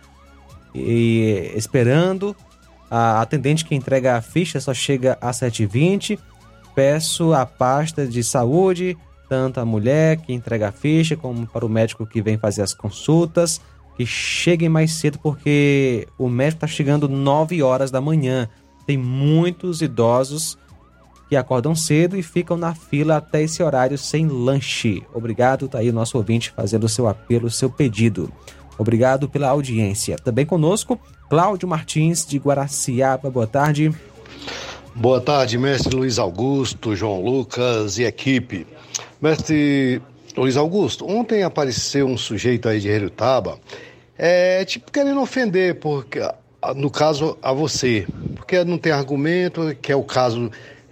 C: e esperando. A atendente que entrega a ficha só chega às sete e vinte. Peço à pasta de saúde, tanto a mulher que entrega a ficha, como para o médico que vem fazer as consultas, que cheguem mais cedo, porque o médico está chegando nove horas da manhã. Tem muitos idosos que acordam cedo e ficam na fila até esse horário sem lanche. Obrigado, tá aí o nosso ouvinte fazendo o seu apelo, o seu pedido. Obrigado pela audiência. Também conosco, Cláudio Martins, de Guaraciaba. Boa tarde.
Q: Boa tarde, mestre Luiz Augusto, João Lucas e equipe. Mestre Luiz Augusto, ontem apareceu um sujeito aí de Herutaba, é, tipo querendo ofender, porque, no caso, a você, porque não tem argumento, que é o caso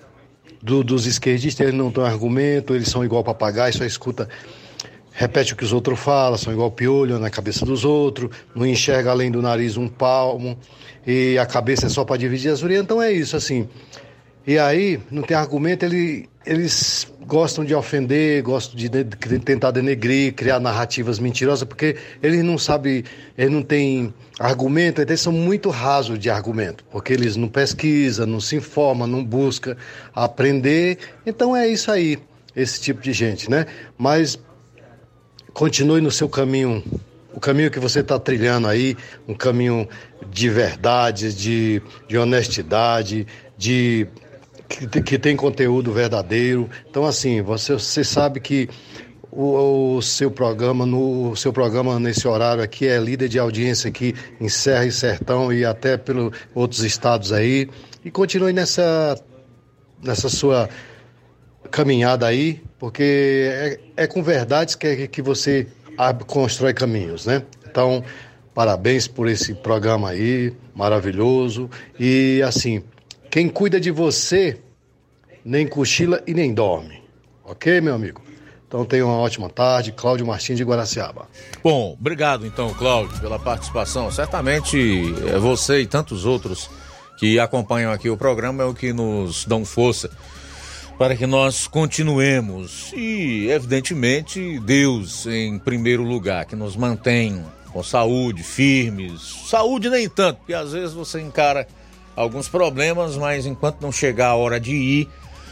Q: do, dos esquerdistas, eles não têm argumento, eles são igual papagaio, só escuta, repete o que os outros falam, são igual piolho na cabeça dos outros, não enxerga além do nariz um palmo, e a cabeça é só para dividir as orelhas, então é isso, assim. E aí, não tem argumento, ele, eles gostam de ofender, gostam de, de, de tentar denegrir, criar narrativas mentirosas, porque eles não sabem, eles não têm argumento, eles são muito rasos de argumento, porque eles não pesquisam, não se informam, não buscam aprender, então é isso aí, esse tipo de gente, né? Mas continue no seu caminho, o caminho que você está trilhando aí, um caminho de verdade, de, de honestidade, de... Que, que tem conteúdo verdadeiro. Então, assim, você, você sabe que o, o seu programa, no o seu programa nesse horário aqui é líder de audiência aqui em Serra e Sertão e até pelos outros estados aí. E continue nessa, nessa sua caminhada aí, porque é, é com verdades que, que você abre, constrói caminhos, né? Então, parabéns por esse programa aí, maravilhoso. E, assim, quem cuida de você nem cochila e nem dorme. Ok, meu amigo? Então tenha uma ótima tarde. Cláudio Martins de Guaraciaba.
B: Bom, obrigado então, Cláudio, pela participação. Certamente é você e tantos outros que acompanham aqui o programa é o que nos dão força para que nós continuemos. E, evidentemente, Deus em primeiro lugar, que nos mantém com saúde, firmes. Saúde nem tanto, porque às vezes você encara alguns problemas, mas enquanto não chegar a hora de ir,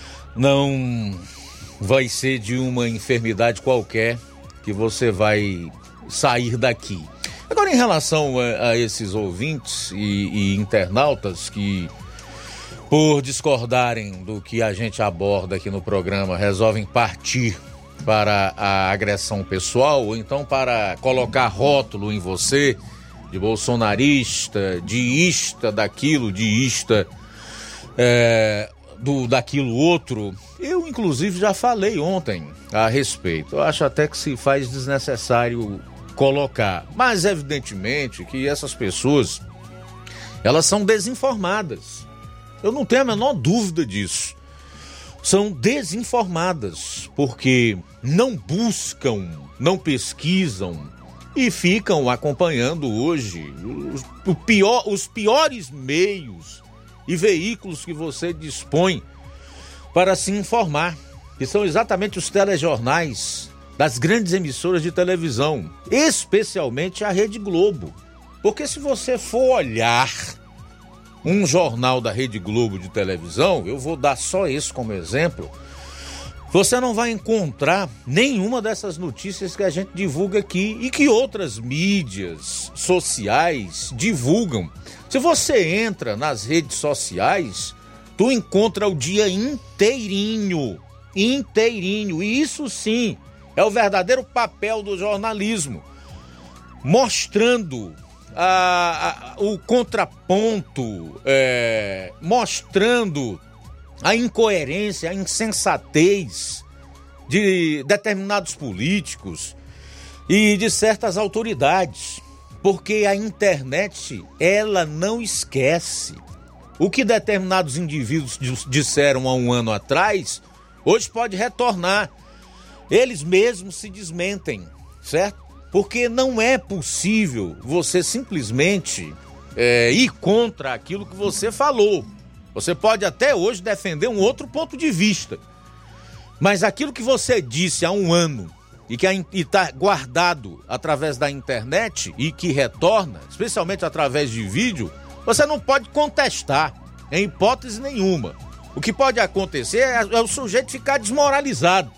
B: não vai ser de uma enfermidade qualquer que você vai sair daqui. Agora, em relação a, a esses ouvintes e, e internautas que, por discordarem do que a gente aborda aqui no programa, resolvem partir para a agressão pessoal, ou então para colocar rótulo em você, de bolsonarista, de ista daquilo, de ista é, do, daquilo outro. Eu, inclusive, já falei ontem a respeito. Eu acho até que se faz desnecessário colocar. Mas, evidentemente, que essas pessoas, elas são desinformadas. Eu não tenho a menor dúvida disso. São desinformadas, porque não buscam, não pesquisam, e ficam acompanhando hoje os, o pior, os piores meios e veículos que você dispõe para se informar, que são exatamente os telejornais das grandes emissoras de televisão, especialmente a Rede Globo. Porque se você for olhar um jornal da Rede Globo de televisão, eu vou dar só esse como exemplo, você não vai encontrar nenhuma dessas notícias que a gente divulga aqui e que outras mídias sociais divulgam. Se você entra nas redes sociais, tu encontra o dia inteirinho, inteirinho, e isso sim É o verdadeiro papel do jornalismo, mostrando a, a, o contraponto, é, mostrando a incoerência, a insensatez de determinados políticos e de certas autoridades, porque a internet, ela não esquece. O que determinados indivíduos disseram há um ano atrás, hoje pode retornar. Eles mesmos se desmentem, certo? Porque não é possível você simplesmente é, ir contra aquilo que você falou. Você pode até hoje defender um outro ponto de vista, mas aquilo que você disse há um ano e que está guardado através da internet e que retorna, especialmente através de vídeo, você não pode contestar em hipótese nenhuma. O que pode acontecer é, é o sujeito ficar desmoralizado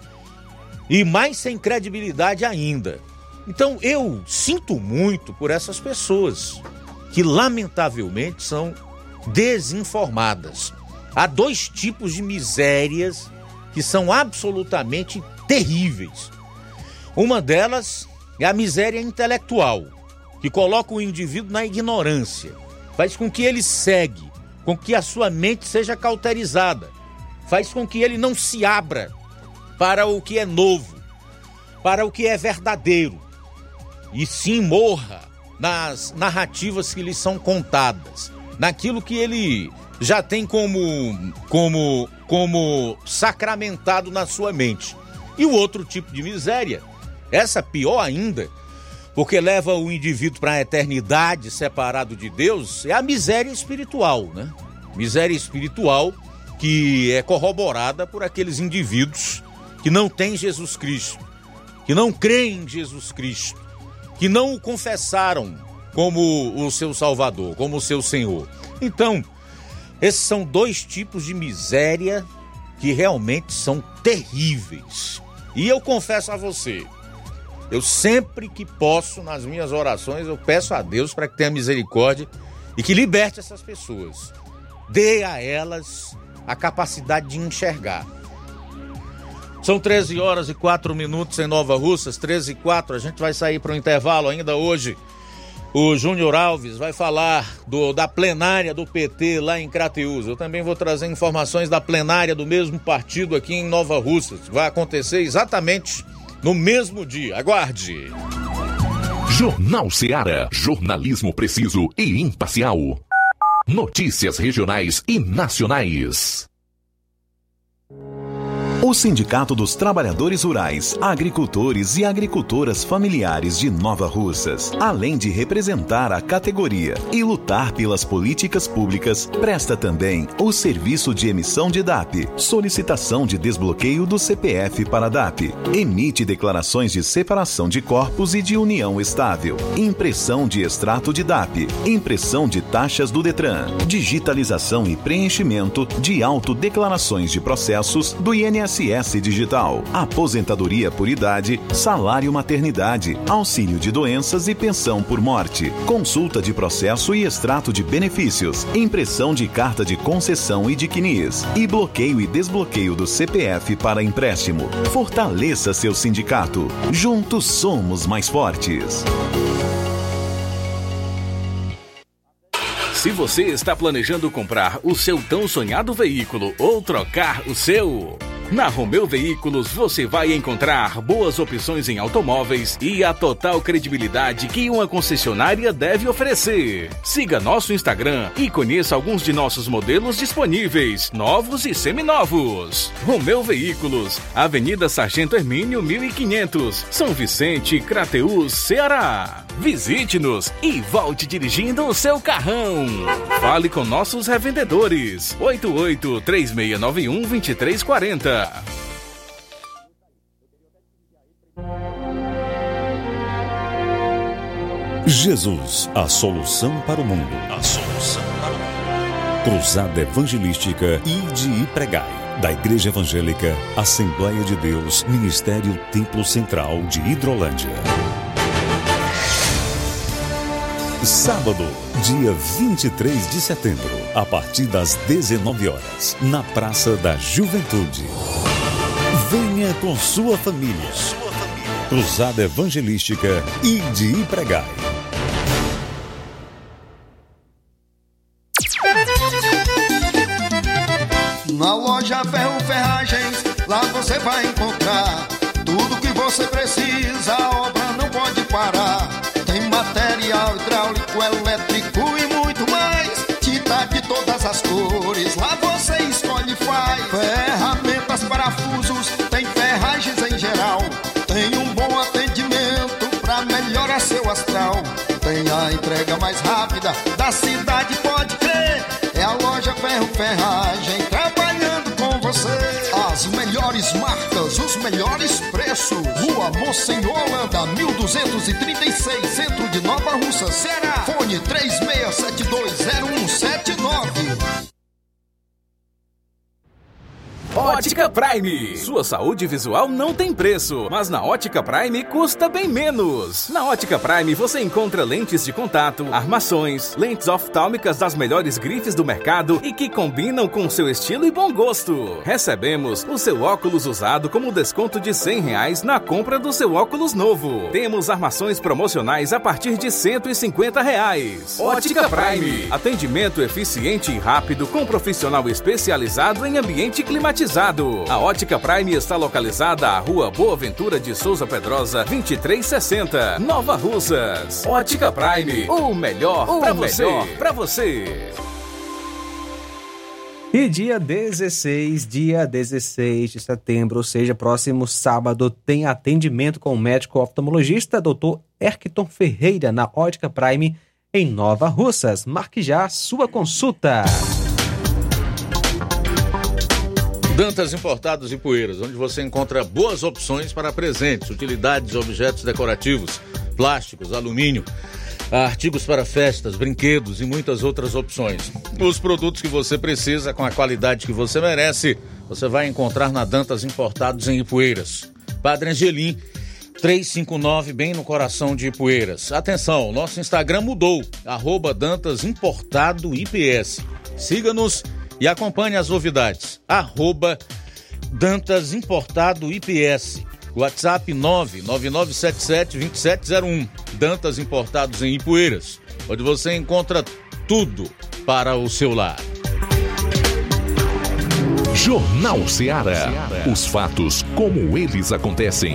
B: e mais sem credibilidade ainda. Então eu sinto muito por essas pessoas que lamentavelmente são desinformadas. Há dois tipos de misérias que são absolutamente terríveis. Uma delas é a miséria intelectual, que coloca o indivíduo na ignorância, faz com que ele cegue, com que a sua mente seja cauterizada, faz com que ele não se abra para o que é novo, para o que é verdadeiro, e sim morra nas narrativas que lhe são contadas, naquilo que ele já tem como, como, como sacramentado na sua mente. E o outro tipo de miséria, essa pior ainda, porque leva o indivíduo para a eternidade separado de Deus, é a miséria espiritual, né? Miséria espiritual que é corroborada por aqueles indivíduos que não têm Jesus Cristo, que não creem em Jesus Cristo, que não o confessaram como o seu Salvador, como o seu Senhor. Então, esses são dois tipos de miséria que realmente são terríveis. E eu confesso a você, eu sempre que posso, nas minhas orações, eu peço a Deus para que tenha misericórdia e que liberte essas pessoas. Dê a elas a capacidade de enxergar. São treze horas e quatro minutos em Nova Russas, treze e quatro, a gente vai sair para o intervalo ainda hoje. O Júnior Alves vai falar do, da plenária do P T lá em Crateús. Eu também vou trazer informações da plenária do mesmo partido aqui em Nova Russas. Vai acontecer exatamente no mesmo dia. Aguarde.
A: Jornal Ceará. Jornalismo preciso e imparcial. Notícias regionais e nacionais.
F: O Sindicato dos Trabalhadores Rurais, Agricultores e Agricultoras Familiares de Nova Russas, além de representar a categoria e lutar pelas políticas públicas, presta também o serviço de emissão de D A P, solicitação de desbloqueio do C P F para D A P, emite declarações de separação de corpos e de união estável, impressão de extrato de D A P, impressão de taxas do Detran, digitalização e preenchimento de autodeclarações de processos do I N S S Digital, aposentadoria por idade, salário maternidade, auxílio de doenças e pensão por morte, consulta de processo e extrato de benefícios, impressão de carta de concessão e de C N I S, e bloqueio e desbloqueio do C P F para empréstimo. Fortaleça seu sindicato. Juntos somos mais fortes.
G: Se você está planejando comprar o seu tão sonhado veículo ou trocar o seu, na Romeu Veículos você vai encontrar boas opções em automóveis e a total credibilidade que uma concessionária deve oferecer. Siga nosso Instagram e conheça alguns de nossos modelos disponíveis, novos e seminovos. Romeu Veículos, Avenida Sargento Hermínio mil e quinhentos, São Vicente, Crateús, Ceará. Visite-nos e volte dirigindo o seu carrão. Fale com nossos revendedores. oito oito, três seis nove um, dois três quatro zero.
R: Jesus, a solução para o mundo. A solução para o mundo. Cruzada Evangelística Ide e Pregai, da Igreja Evangélica Assembleia de Deus, Ministério Templo Central de Hidrolândia. Sábado, dia vinte e três de setembro, a partir das dezenove horas, na Praça da Juventude. Venha com sua família. Sua família. Cruzada Evangelística e de Ipregai.
S: Na loja Ferro Ferragens, lá você vai encontrar tudo que você precisa, a obra não pode parar. Tem material hidráulico, elétrico e muito mais, tinta de todas as cores, lá você escolhe e faz. Ferramentas, parafusos, tem ferragens em geral, tem um bom atendimento pra melhorar seu astral. Tem a entrega mais rápida da cidade, pode crer, é a loja Ferro Ferragem trabalhando com você. As melhores marcas, os melhores preços. Rua Monsenhor Holanda, mil duzentos e trinta e seis, centro de Nova Russa, Ceará. Fone três seis sete dois zero um sete nove.
D: Ótica Prime. Sua saúde visual não tem preço, mas na Ótica Prime custa bem menos. Na Ótica Prime você encontra lentes de contato, armações, lentes oftálmicas das melhores grifes do mercado e que combinam com seu estilo e bom gosto. Recebemos o seu óculos usado como desconto de cem reais na compra do seu óculos novo. Temos armações promocionais a partir de cento e cinquenta reais. Ótica Prime. Atendimento eficiente e rápido com profissional especializado em ambiente climatizado. A Ótica Prime está localizada à Rua Boa Ventura de Souza Pedrosa, vinte e três sessenta, Nova Russas. Ótica Prime, o melhor para você. Pra você.
C: E dia dezesseis, dia dezesseis de setembro, ou seja, próximo sábado, tem atendimento com o médico oftalmologista doutor Erkton Ferreira na Ótica Prime em Nova Russas. Marque já a sua consulta.
B: Dantas Importados e Poeiras, onde você encontra boas opções para presentes, utilidades, objetos decorativos, plásticos, alumínio, artigos para festas, brinquedos e muitas outras opções. Os produtos que você precisa, com a qualidade que você merece, você vai encontrar na Dantas Importados em Ipueiras. Padre Angelim, trezentos e cinquenta e nove, bem no coração de Ipueiras. Atenção, nosso Instagram mudou, arroba Dantas Importado I P S. Siga-nos e acompanhe as novidades. Arroba Dantas Importado I P S. WhatsApp nove nove nove sete sete dois sete zero um. Dantas Importados em Ipueiras, onde você encontra tudo para o seu lar.
A: Jornal Ceará. Os fatos como eles acontecem.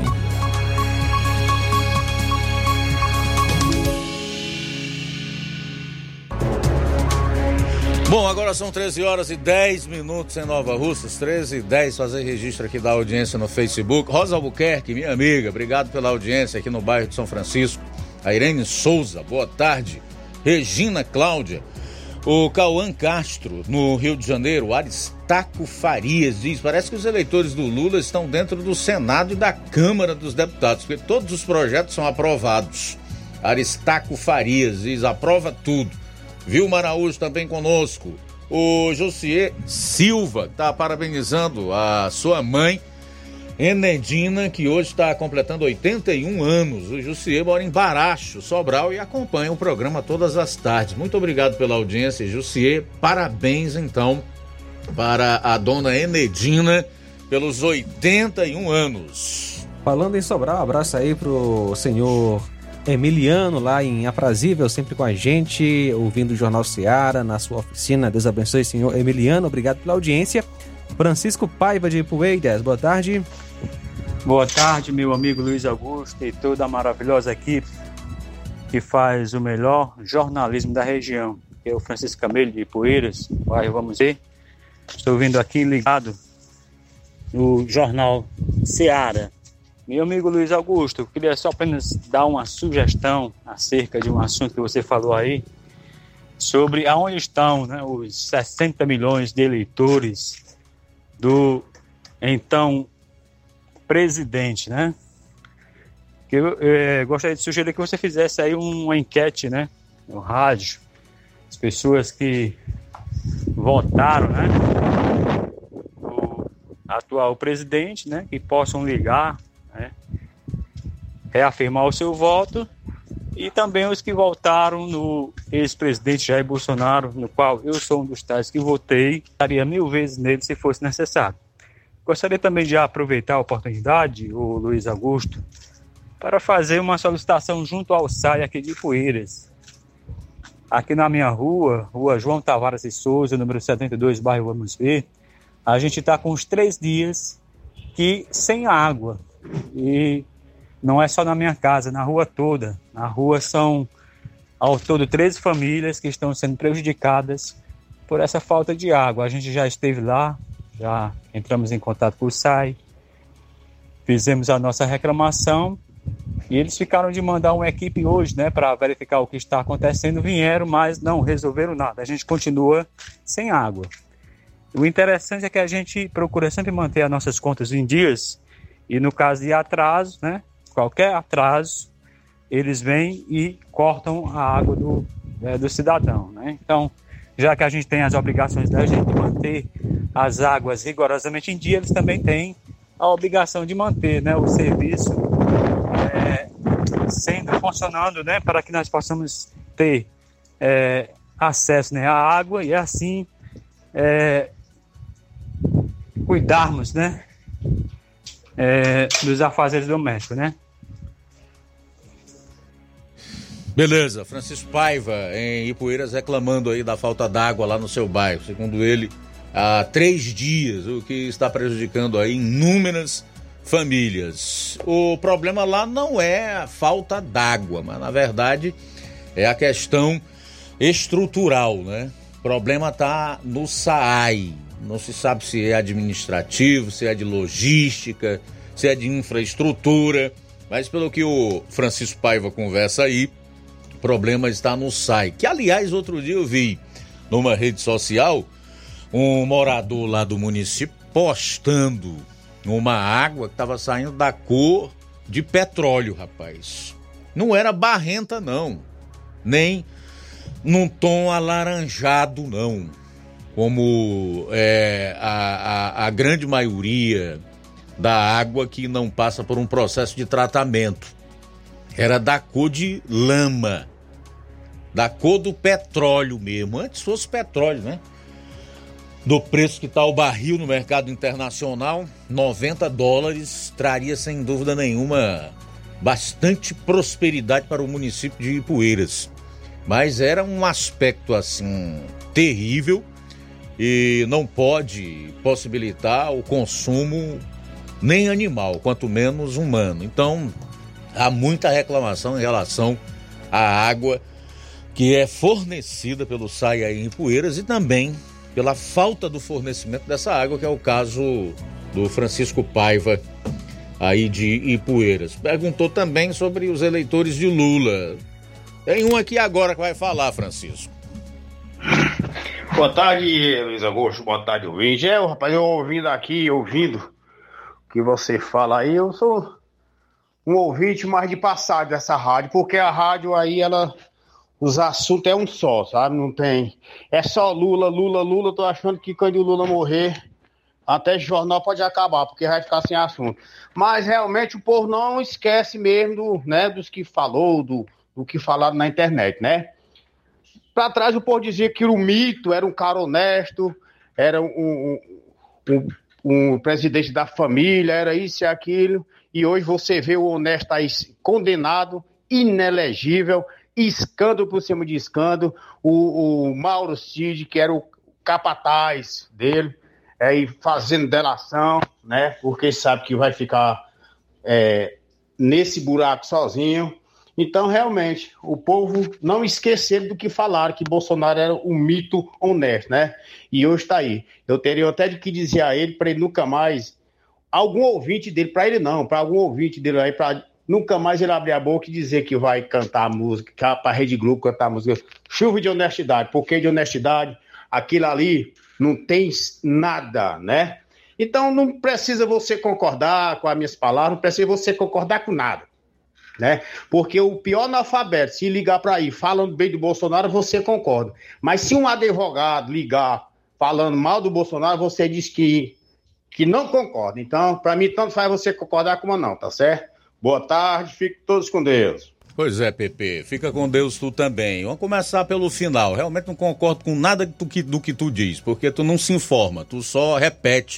B: Bom, agora são treze horas e dez minutos em Nova Russas, treze e dez, fazer registro aqui da audiência no Facebook. Rosa Albuquerque, minha amiga, obrigado pela audiência aqui no bairro de São Francisco. A Irene Souza, boa tarde. Regina Cláudia. O Cauã Castro, no Rio de Janeiro. O Aristaco Farias diz, parece que os eleitores do Lula estão dentro do Senado e da Câmara dos Deputados, porque todos os projetos são aprovados. Aristaco Farias diz, aprova tudo. Vilma Araújo também conosco. O Josier Silva está parabenizando a sua mãe, Enedina, que hoje está completando oitenta e um anos. O Josier mora em Baracho, Sobral, e acompanha o programa todas as tardes. Muito obrigado pela audiência, Josier. Parabéns, então, para a dona Enedina pelos oitenta e um anos.
C: Falando em Sobral, abraço aí pro senhor Emiliano, lá em Aprazível, sempre com a gente, ouvindo o Jornal Ceará na sua oficina. Deus abençoe, senhor Emiliano, obrigado pela audiência. Francisco Paiva de Ipueiras, boa tarde.
T: Boa tarde, meu amigo Luiz Augusto e toda a maravilhosa equipe que faz o melhor jornalismo da região, que é o Francisco Camelo de Ipueiras, bairro Vamos Ver. Estou vindo aqui ligado no Jornal Ceará. Meu amigo Luiz Augusto, eu queria só apenas dar uma sugestão acerca de um assunto que você falou aí, sobre aonde estão, né, os sessenta milhões de eleitores do então presidente, né? Que eu, eu gostaria de sugerir que você fizesse aí uma enquete, né, no rádio, as pessoas que votaram, né, o atual presidente, né, que possam ligar, né, reafirmar o seu voto, e também os que votaram no ex-presidente Jair Bolsonaro, no qual eu sou um dos tais que votei, estaria mil vezes nele se fosse necessário. Gostaria também de aproveitar a oportunidade, o Luiz Augusto, para fazer uma solicitação junto ao S A I aqui de Ipueiras. Aqui na minha rua, rua João Tavares de Souza, número setenta e dois, bairro Vamos Ver, a gente está com uns três dias que sem água. E não é só na minha casa, na rua toda. Na rua são, ao todo, treze famílias que estão sendo prejudicadas por essa falta de água. A gente já esteve lá, já entramos em contato com o S A I, fizemos a nossa reclamação e eles ficaram de mandar uma equipe hoje, né, para verificar o que está acontecendo. Vieram, mas não resolveram nada. A gente continua sem água. O interessante é que a gente procura sempre manter as nossas contas em dias e no caso de atraso, né, qualquer atraso, eles vêm e cortam a água do, é, do cidadão, né? Então, já que a gente tem as obrigações da gente de manter as águas rigorosamente em dia, eles também têm a obrigação de manter, né, o serviço é, sendo funcionando, né, para que nós possamos ter é, acesso, né, à água e assim é, cuidarmos, né, é, dos afazeres domésticos, né?
B: Beleza, Francisco Paiva em Ipueiras reclamando aí da falta d'água lá no seu bairro, segundo ele, há três dias, o que está prejudicando aí inúmeras famílias. O problema lá não é a falta d'água, mas na verdade é a questão estrutural, né? O problema está no S A I, não se sabe se é administrativo, se é de logística, se é de infraestrutura, mas pelo que o Francisco Paiva conversa aí, o problema está no S A I, que aliás outro dia eu vi numa rede social um morador lá do município postando uma água que estava saindo da cor de petróleo, rapaz. Não era barrenta não, nem num tom alaranjado não, como é, a, a, a grande maioria da água que não passa por um processo de tratamento. Era da cor de lama, da cor do petróleo mesmo, antes fosse petróleo, né? Do preço que está o barril no mercado internacional, noventa dólares, traria sem dúvida nenhuma bastante prosperidade para o município de Ipueiras. Mas era um aspecto assim terrível e não pode possibilitar o consumo nem animal, quanto menos humano. Então há muita reclamação em relação à água que é fornecida pelo S A I aí em Ipueiras e também pela falta do fornecimento dessa água, que é o caso do Francisco Paiva aí de Ipueiras. Perguntou também sobre os eleitores de Lula. Tem um aqui agora que vai falar, Francisco.
U: Boa tarde, Luiz Augusto. Boa tarde, ouvinte. É, rapaz, eu ouvindo aqui, ouvindo o que você fala aí, eu sou um ouvinte mais de passagem dessa rádio, porque a rádio aí, ela, os assuntos é um só, sabe? Não tem, é só Lula, Lula, Lula. Tô achando que quando o Lula morrer, até jornal pode acabar, porque vai ficar sem assunto. Mas realmente o povo não esquece mesmo do, né, dos que falou, do, do que falaram na internet, né? Para trás o povo dizia que o mito era um cara honesto, era um, um, um, um presidente da família, era isso e aquilo, e hoje você vê o honesto aí condenado, inelegível, escândalo por cima de escândalo, o, o Mauro Cid, que era o capataz dele, aí fazendo delação, né, porque sabe que vai ficar é, nesse buraco sozinho. Então, realmente, o povo não esqueceu do que falaram, que Bolsonaro era um mito honesto, né? E hoje está aí. Eu teria até de que dizer a ele, para ele nunca mais, algum ouvinte dele, para ele não, para algum ouvinte dele aí, para nunca mais ele abrir a boca e dizer que vai cantar música, para a Rede Globo cantar música. Chuva de honestidade, porque de honestidade, aquilo ali não tem nada, né? Então, não precisa você concordar com as minhas palavras, não precisa você concordar com nada. Né? Porque o pior analfabeto, se ligar para aí falando bem do Bolsonaro, você concorda. Mas se um advogado ligar falando mal do Bolsonaro, você diz que, que não concorda. Então, para mim, tanto faz você concordar como não, tá certo? Boa tarde, fiquem todos com Deus.
B: Pois é, Pepe, fica com Deus tu também. Vamos começar pelo final. Realmente não concordo com nada do que, do que tu diz, porque tu não se informa, tu só repete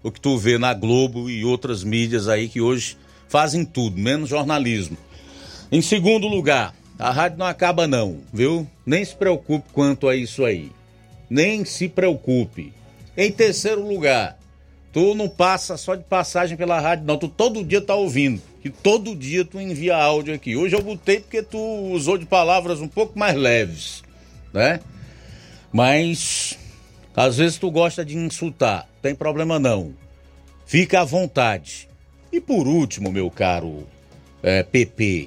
B: o que tu vê na Globo e outras mídias aí que hoje fazem tudo, menos jornalismo. Em segundo lugar, a rádio não acaba não, viu? Nem se preocupe quanto a isso aí. Nem se preocupe. Em terceiro lugar, tu não passa só de passagem pela rádio não, tu todo dia tá ouvindo. Que todo dia tu envia áudio aqui. Hoje eu botei porque tu usou de palavras um pouco mais leves, né? Mas às vezes tu gosta de insultar, tem problema não. Fica à vontade. E por último, meu caro é, P P,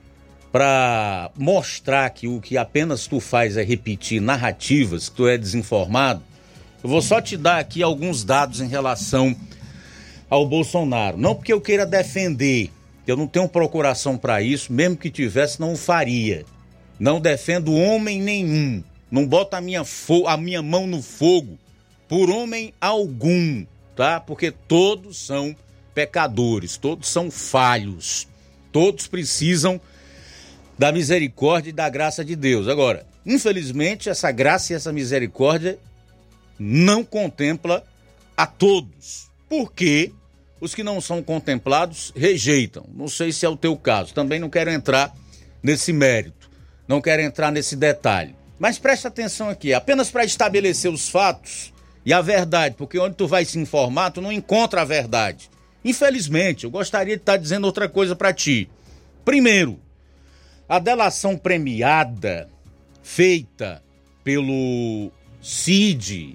B: para mostrar que o que apenas tu faz é repetir narrativas, que tu é desinformado, eu vou só te dar aqui alguns dados em relação ao Bolsonaro. Não porque eu queira defender, eu não tenho procuração para isso, mesmo que tivesse não o faria. Não defendo homem nenhum, não boto a minha, fo- a minha mão no fogo por homem algum, tá? Porque todos são pecadores, todos são falhos, todos precisam da misericórdia e da graça de Deus. Agora, infelizmente, essa graça e essa misericórdia não contempla a todos. Por quê? Os que não são contemplados rejeitam. Não sei se é o teu caso. Também não quero entrar nesse mérito. Não quero entrar nesse detalhe. Mas presta atenção aqui. Apenas para estabelecer os fatos e a verdade. Porque onde tu vai se informar, tu não encontra a verdade. Infelizmente, eu gostaria de estar dizendo outra coisa para ti. Primeiro, a delação premiada feita pelo Cid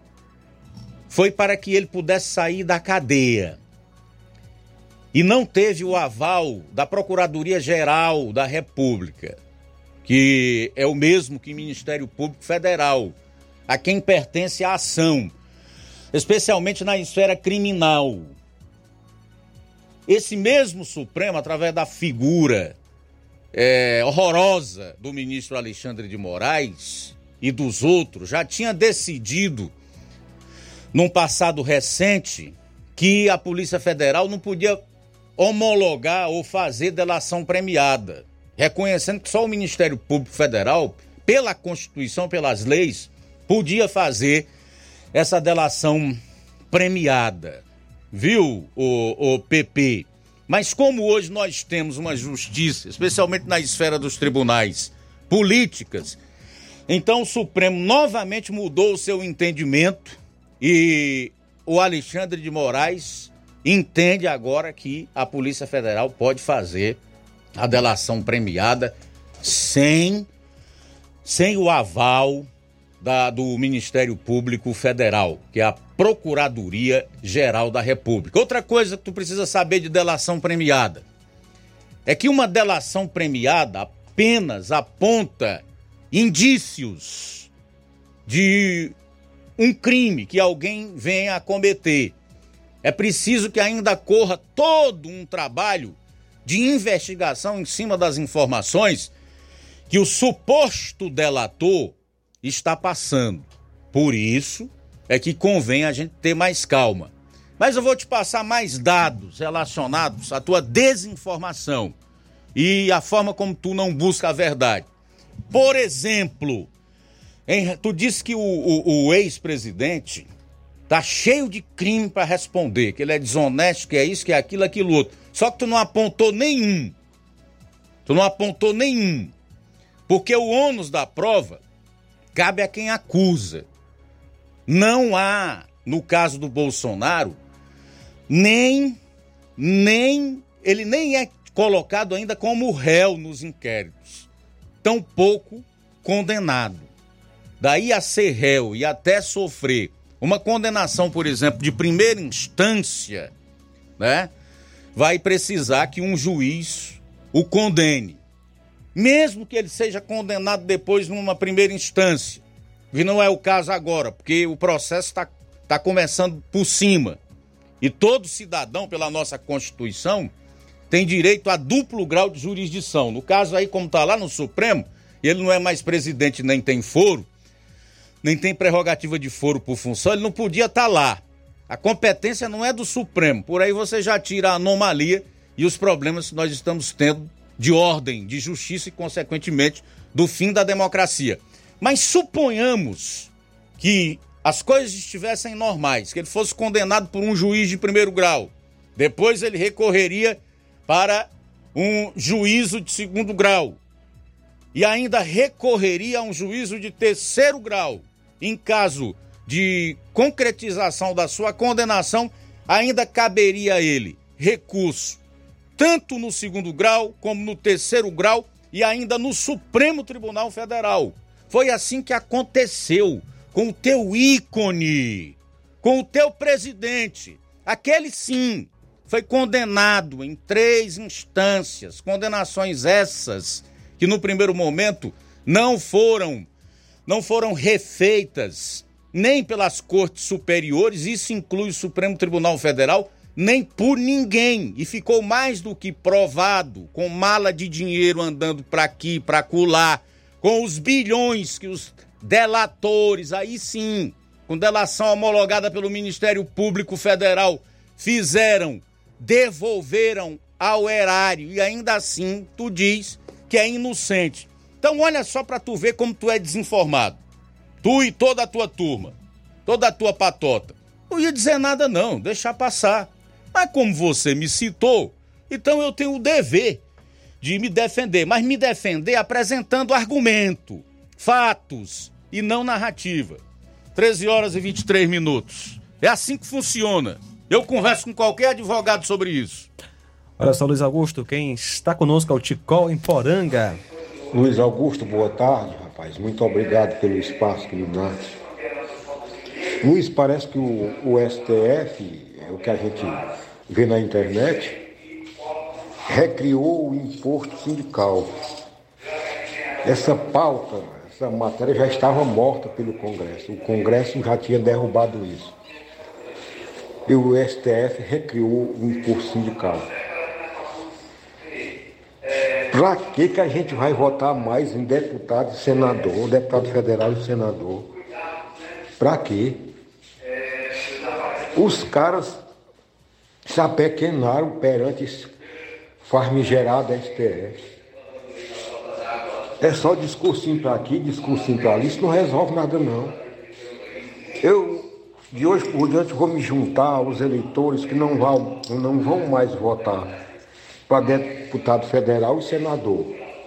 B: foi para que ele pudesse sair da cadeia. E não teve o aval da Procuradoria-Geral da República, que é o mesmo que o Ministério Público Federal, a quem pertence a ação, especialmente na esfera criminal. Esse mesmo Supremo, através da figura é, horrorosa do ministro Alexandre de Moraes e dos outros, já tinha decidido, num passado recente, que a Polícia Federal não podia homologar ou fazer delação premiada, reconhecendo que só o Ministério Público Federal, pela Constituição, pelas leis, podia fazer essa delação premiada. Viu, o, o P P? Mas como hoje nós temos uma justiça, especialmente na esfera dos tribunais políticas, então o Supremo novamente mudou o seu entendimento e o Alexandre de Moraes entende agora que a Polícia Federal pode fazer a delação premiada sem, sem o aval da, do Ministério Público Federal, que é a Procuradoria-Geral da República. Outra coisa que tu precisa saber de delação premiada é que uma delação premiada apenas aponta indícios de um crime que alguém venha a cometer. É preciso que ainda corra todo um trabalho de investigação em cima das informações que o suposto delator está passando. Por isso é que convém a gente ter mais calma. Mas eu vou te passar mais dados relacionados à tua desinformação e a forma como tu não busca a verdade. Por exemplo, em, tu disse que o, o, o ex-presidente tá cheio de crime para responder, que ele é desonesto, que é isso, que é aquilo, aquilo outro. Só que tu não apontou nenhum. Tu não apontou nenhum. Porque o ônus da prova cabe a quem acusa. Não há, no caso do Bolsonaro, nem, nem, ele nem é colocado ainda como réu nos inquéritos. Tampouco condenado. Daí a ser réu e até sofrer uma condenação, por exemplo, de primeira instância, né, vai precisar que um juiz o condene. Mesmo que ele seja condenado depois numa primeira instância, que não é o caso agora, porque o processo está tá começando por cima. E todo cidadão, pela nossa Constituição, tem direito a duplo grau de jurisdição. No caso aí, como está lá no Supremo, ele não é mais presidente, nem tem foro, nem tem prerrogativa de foro por função, ele não podia estar lá. A competência não é do Supremo. Por aí você já tira a anomalia e os problemas que nós estamos tendo de ordem, de justiça e, consequentemente, do fim da democracia. Mas suponhamos que as coisas estivessem normais, que ele fosse condenado por um juiz de primeiro grau, depois ele recorreria para um juízo de segundo grau e ainda recorreria a um juízo de terceiro grau. Em caso de concretização da sua condenação, ainda caberia a ele recurso, tanto no segundo grau como no terceiro grau e ainda no Supremo Tribunal Federal. Foi assim que aconteceu com o teu ícone, com o teu presidente. Aquele sim foi condenado em três instâncias, condenações essas que no primeiro momento não foram, não foram refeitas nem pelas cortes superiores, isso inclui o Supremo Tribunal Federal, nem por ninguém, e ficou mais do que provado, com mala de dinheiro andando para aqui, para acolá, com os bilhões que os delatores, aí sim, com delação homologada pelo Ministério Público Federal, fizeram, devolveram ao erário, e ainda assim tu diz que é inocente. Então olha só para tu ver como tu é desinformado. Tu e toda a tua turma, toda a tua patota. Não ia dizer nada não, deixar passar. Mas como você me citou, então eu tenho o dever de me defender, mas me defender apresentando argumento, fatos e não narrativa. treze horas e vinte e três minutos. É assim que funciona. Eu converso com qualquer advogado sobre isso.
C: Olha só, Luiz Augusto, quem está conosco é o Ticol em Poranga.
J: Luiz Augusto, boa tarde, rapaz. Muito obrigado pelo espaço que me dá. Luiz, parece que o, o S T F, é o que a gente vê na internet, recriou o imposto sindical. Essa pauta, essa matéria já estava morta pelo Congresso. O Congresso já tinha derrubado isso. E o S T F recriou o imposto sindical. Para que que a gente vai votar mais em deputado e senador, deputado federal e senador? Para quê? Os caras se apequenaram perante esse famigerado S T F. É só discursinho para aqui, discursinho para ali, isso não resolve nada não. Eu, de hoje por diante, vou me juntar aos eleitores que não vão, não vão mais votar para deputado federal e senador.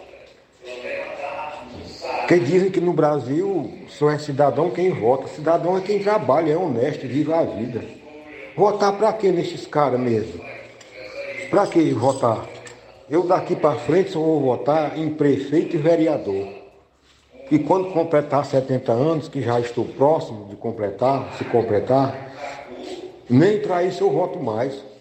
J: Porque dizem que no Brasil só é cidadão quem vota. Cidadão é quem trabalha, é honesto, vive a vida. Votar para quê nesses caras mesmo? Para que votar? Eu daqui para frente só vou votar em prefeito e vereador. E quando completar setenta anos, que já estou próximo de completar, se completar, nem para isso eu voto mais.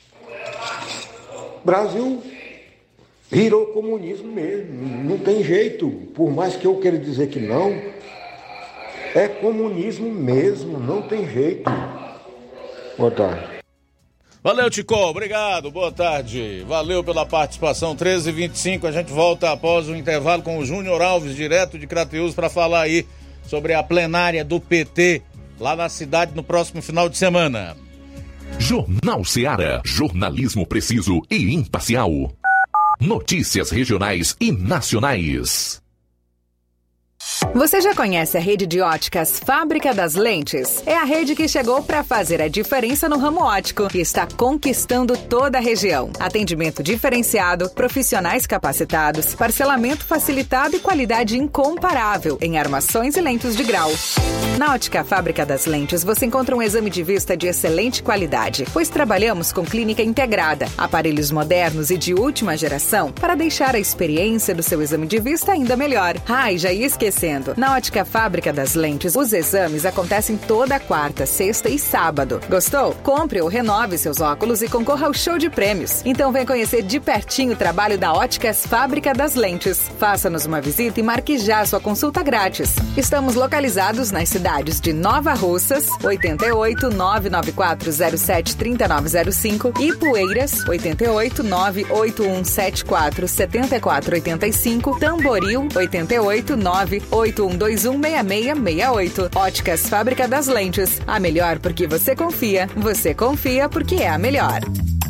J: Brasil virou comunismo mesmo, não tem jeito, por mais que eu queira dizer que não, é comunismo mesmo, não tem jeito. Boa tarde.
B: Valeu, Tico, obrigado, boa tarde, valeu pela participação. Treze e vinte e cinco, a gente volta após o intervalo com o Júnior Alves, direto de Crateús, para falar aí sobre a plenária do P T lá na cidade no próximo final de semana.
A: Jornal Ceará, jornalismo preciso e imparcial. Notícias regionais e nacionais.
V: Você já conhece a rede de óticas Fábrica das Lentes? É a rede que chegou para fazer a diferença no ramo óptico e está conquistando toda a região. Atendimento diferenciado, profissionais capacitados, parcelamento facilitado e qualidade incomparável em armações e lentes de grau. Na Ótica Fábrica das Lentes você encontra um exame de vista de excelente qualidade, pois trabalhamos com clínica integrada, aparelhos modernos e de última geração para deixar a experiência do seu exame de vista ainda melhor. Ah, e já ia esquecendo. Na Ótica Fábrica das Lentes, os exames acontecem toda quarta, sexta e sábado. Gostou? Compre ou renove seus óculos e concorra ao show de prêmios. Então vem conhecer de pertinho o trabalho da Óticas Fábrica das Lentes. Faça-nos uma visita e marque já sua consulta grátis. Estamos localizados nas cidades de Nova Russas, oito oito, nove nove quatro zero sete, três nove zero cinco e Poeiras, oito oito, nove oito um sete quatro, sete quatro oito cinco, Tamboril, oito oito, nove oito um dois um, seis seis seis oito. Óticas Fábrica das Lentes. A melhor porque você confia. Você confia porque é a melhor.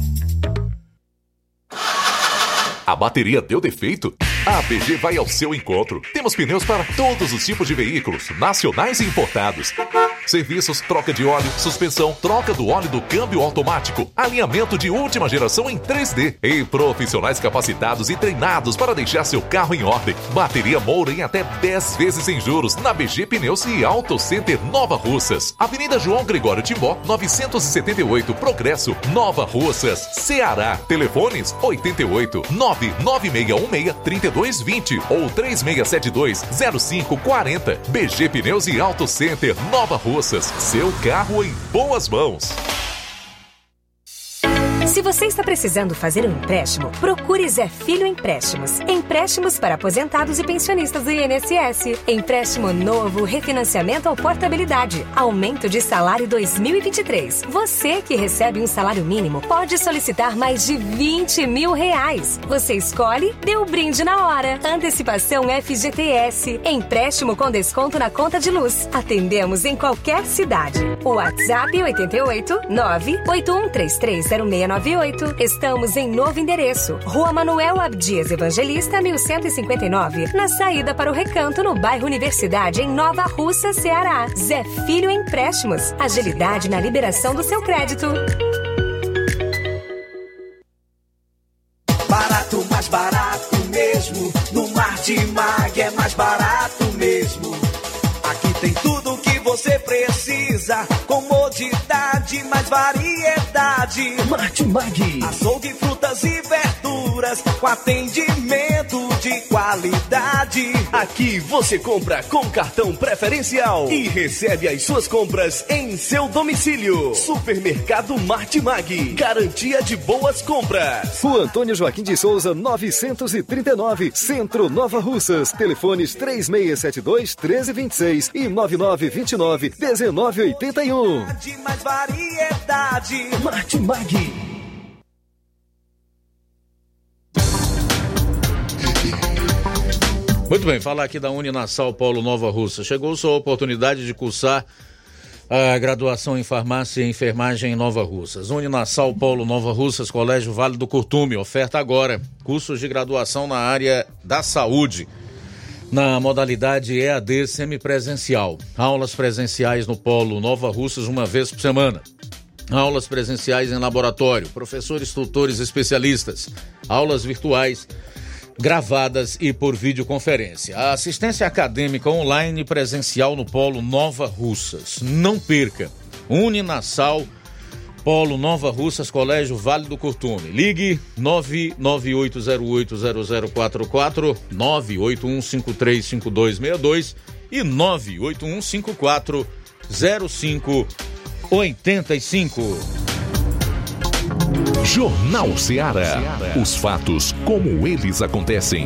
A: A bateria deu defeito? A A P G vai ao seu encontro. Temos pneus para todos os tipos de veículos, nacionais e importados. Serviços, troca de óleo, suspensão, troca do óleo do câmbio automático, alinhamento de última geração em três D e profissionais capacitados e treinados para deixar seu carro em ordem. Bateria Moura em até dez vezes sem juros na B G Pneus e Auto Center Nova Russas. Avenida João Gregório Timbó, novecentos e setenta e oito, Progresso, Nova Russas, Ceará. Telefones oito oito, nove nove seis um seis, três dois dois zero ou três seis sete dois, zero cinco quatro zero. B G Pneus e Auto Center Nova Russas. Seu carro em boas mãos.
E: Se você está precisando fazer um empréstimo, procure Zé Filho Empréstimos. Empréstimos para aposentados e pensionistas do I N S S. Empréstimo novo, refinanciamento ou portabilidade. Aumento de salário dois mil e vinte e três. Você que recebe um salário mínimo pode solicitar mais de vinte mil reais. Você escolhe, dê o brinde na hora. Antecipação F G T S. Empréstimo com desconto na conta de luz. Atendemos em qualquer cidade. O WhatsApp oito oito, nove oito um três três zero seis nove oito. Estamos em novo endereço. Rua Manuel Abdias Evangelista, mil cento e cinquenta e nove. Na saída para o Recanto, no bairro Universidade, em Nova Russa, Ceará. Zé Filho Empréstimos. Agilidade na liberação do seu crédito.
K: Barato, mais barato mesmo. No Martimag é mais barato mesmo. Aqui tem tudo o que você precisa. Comodidade, mais variedade. Martimag. Açougue, frutas e verduras com atendimento de qualidade.
W: Aqui você compra com cartão preferencial e recebe as suas compras em seu domicílio. Supermercado Martimag. Garantia de boas compras.
X: Rua Antônio Joaquim de Souza, novecentos e trinta e nove, Centro, Nova Russas. Telefones três seis sete dois, um três dois seis e nove nove dois nove, um nove oito um.
K: Mais variedade.
W: Martimag.
B: Muito bem, falar aqui da Uninasal Polo Nova Russa. Chegou sua oportunidade de cursar a graduação em farmácia e enfermagem em Nova Russas. Uninasal Polo Nova Russas, Colégio Vale do Curtume. Oferta agora cursos de graduação na área da saúde, na modalidade E A D semipresencial. Aulas presenciais no Polo Nova Russas uma vez por semana. Aulas presenciais em laboratório, professores, tutores, especialistas. Aulas virtuais, gravadas e por videoconferência. A assistência acadêmica online e presencial no Polo Nova Russas. Não perca. Uninasal Polo Nova Russas, Colégio Vale do Curtume. Ligue nove nove oito zero oito zero zero quatro quatro, nove oito um cinco três cinco dois seis dois e nove oito um cinco quatro zero cinco oito cinco.
A: Jornal Ceará. Os fatos como eles acontecem.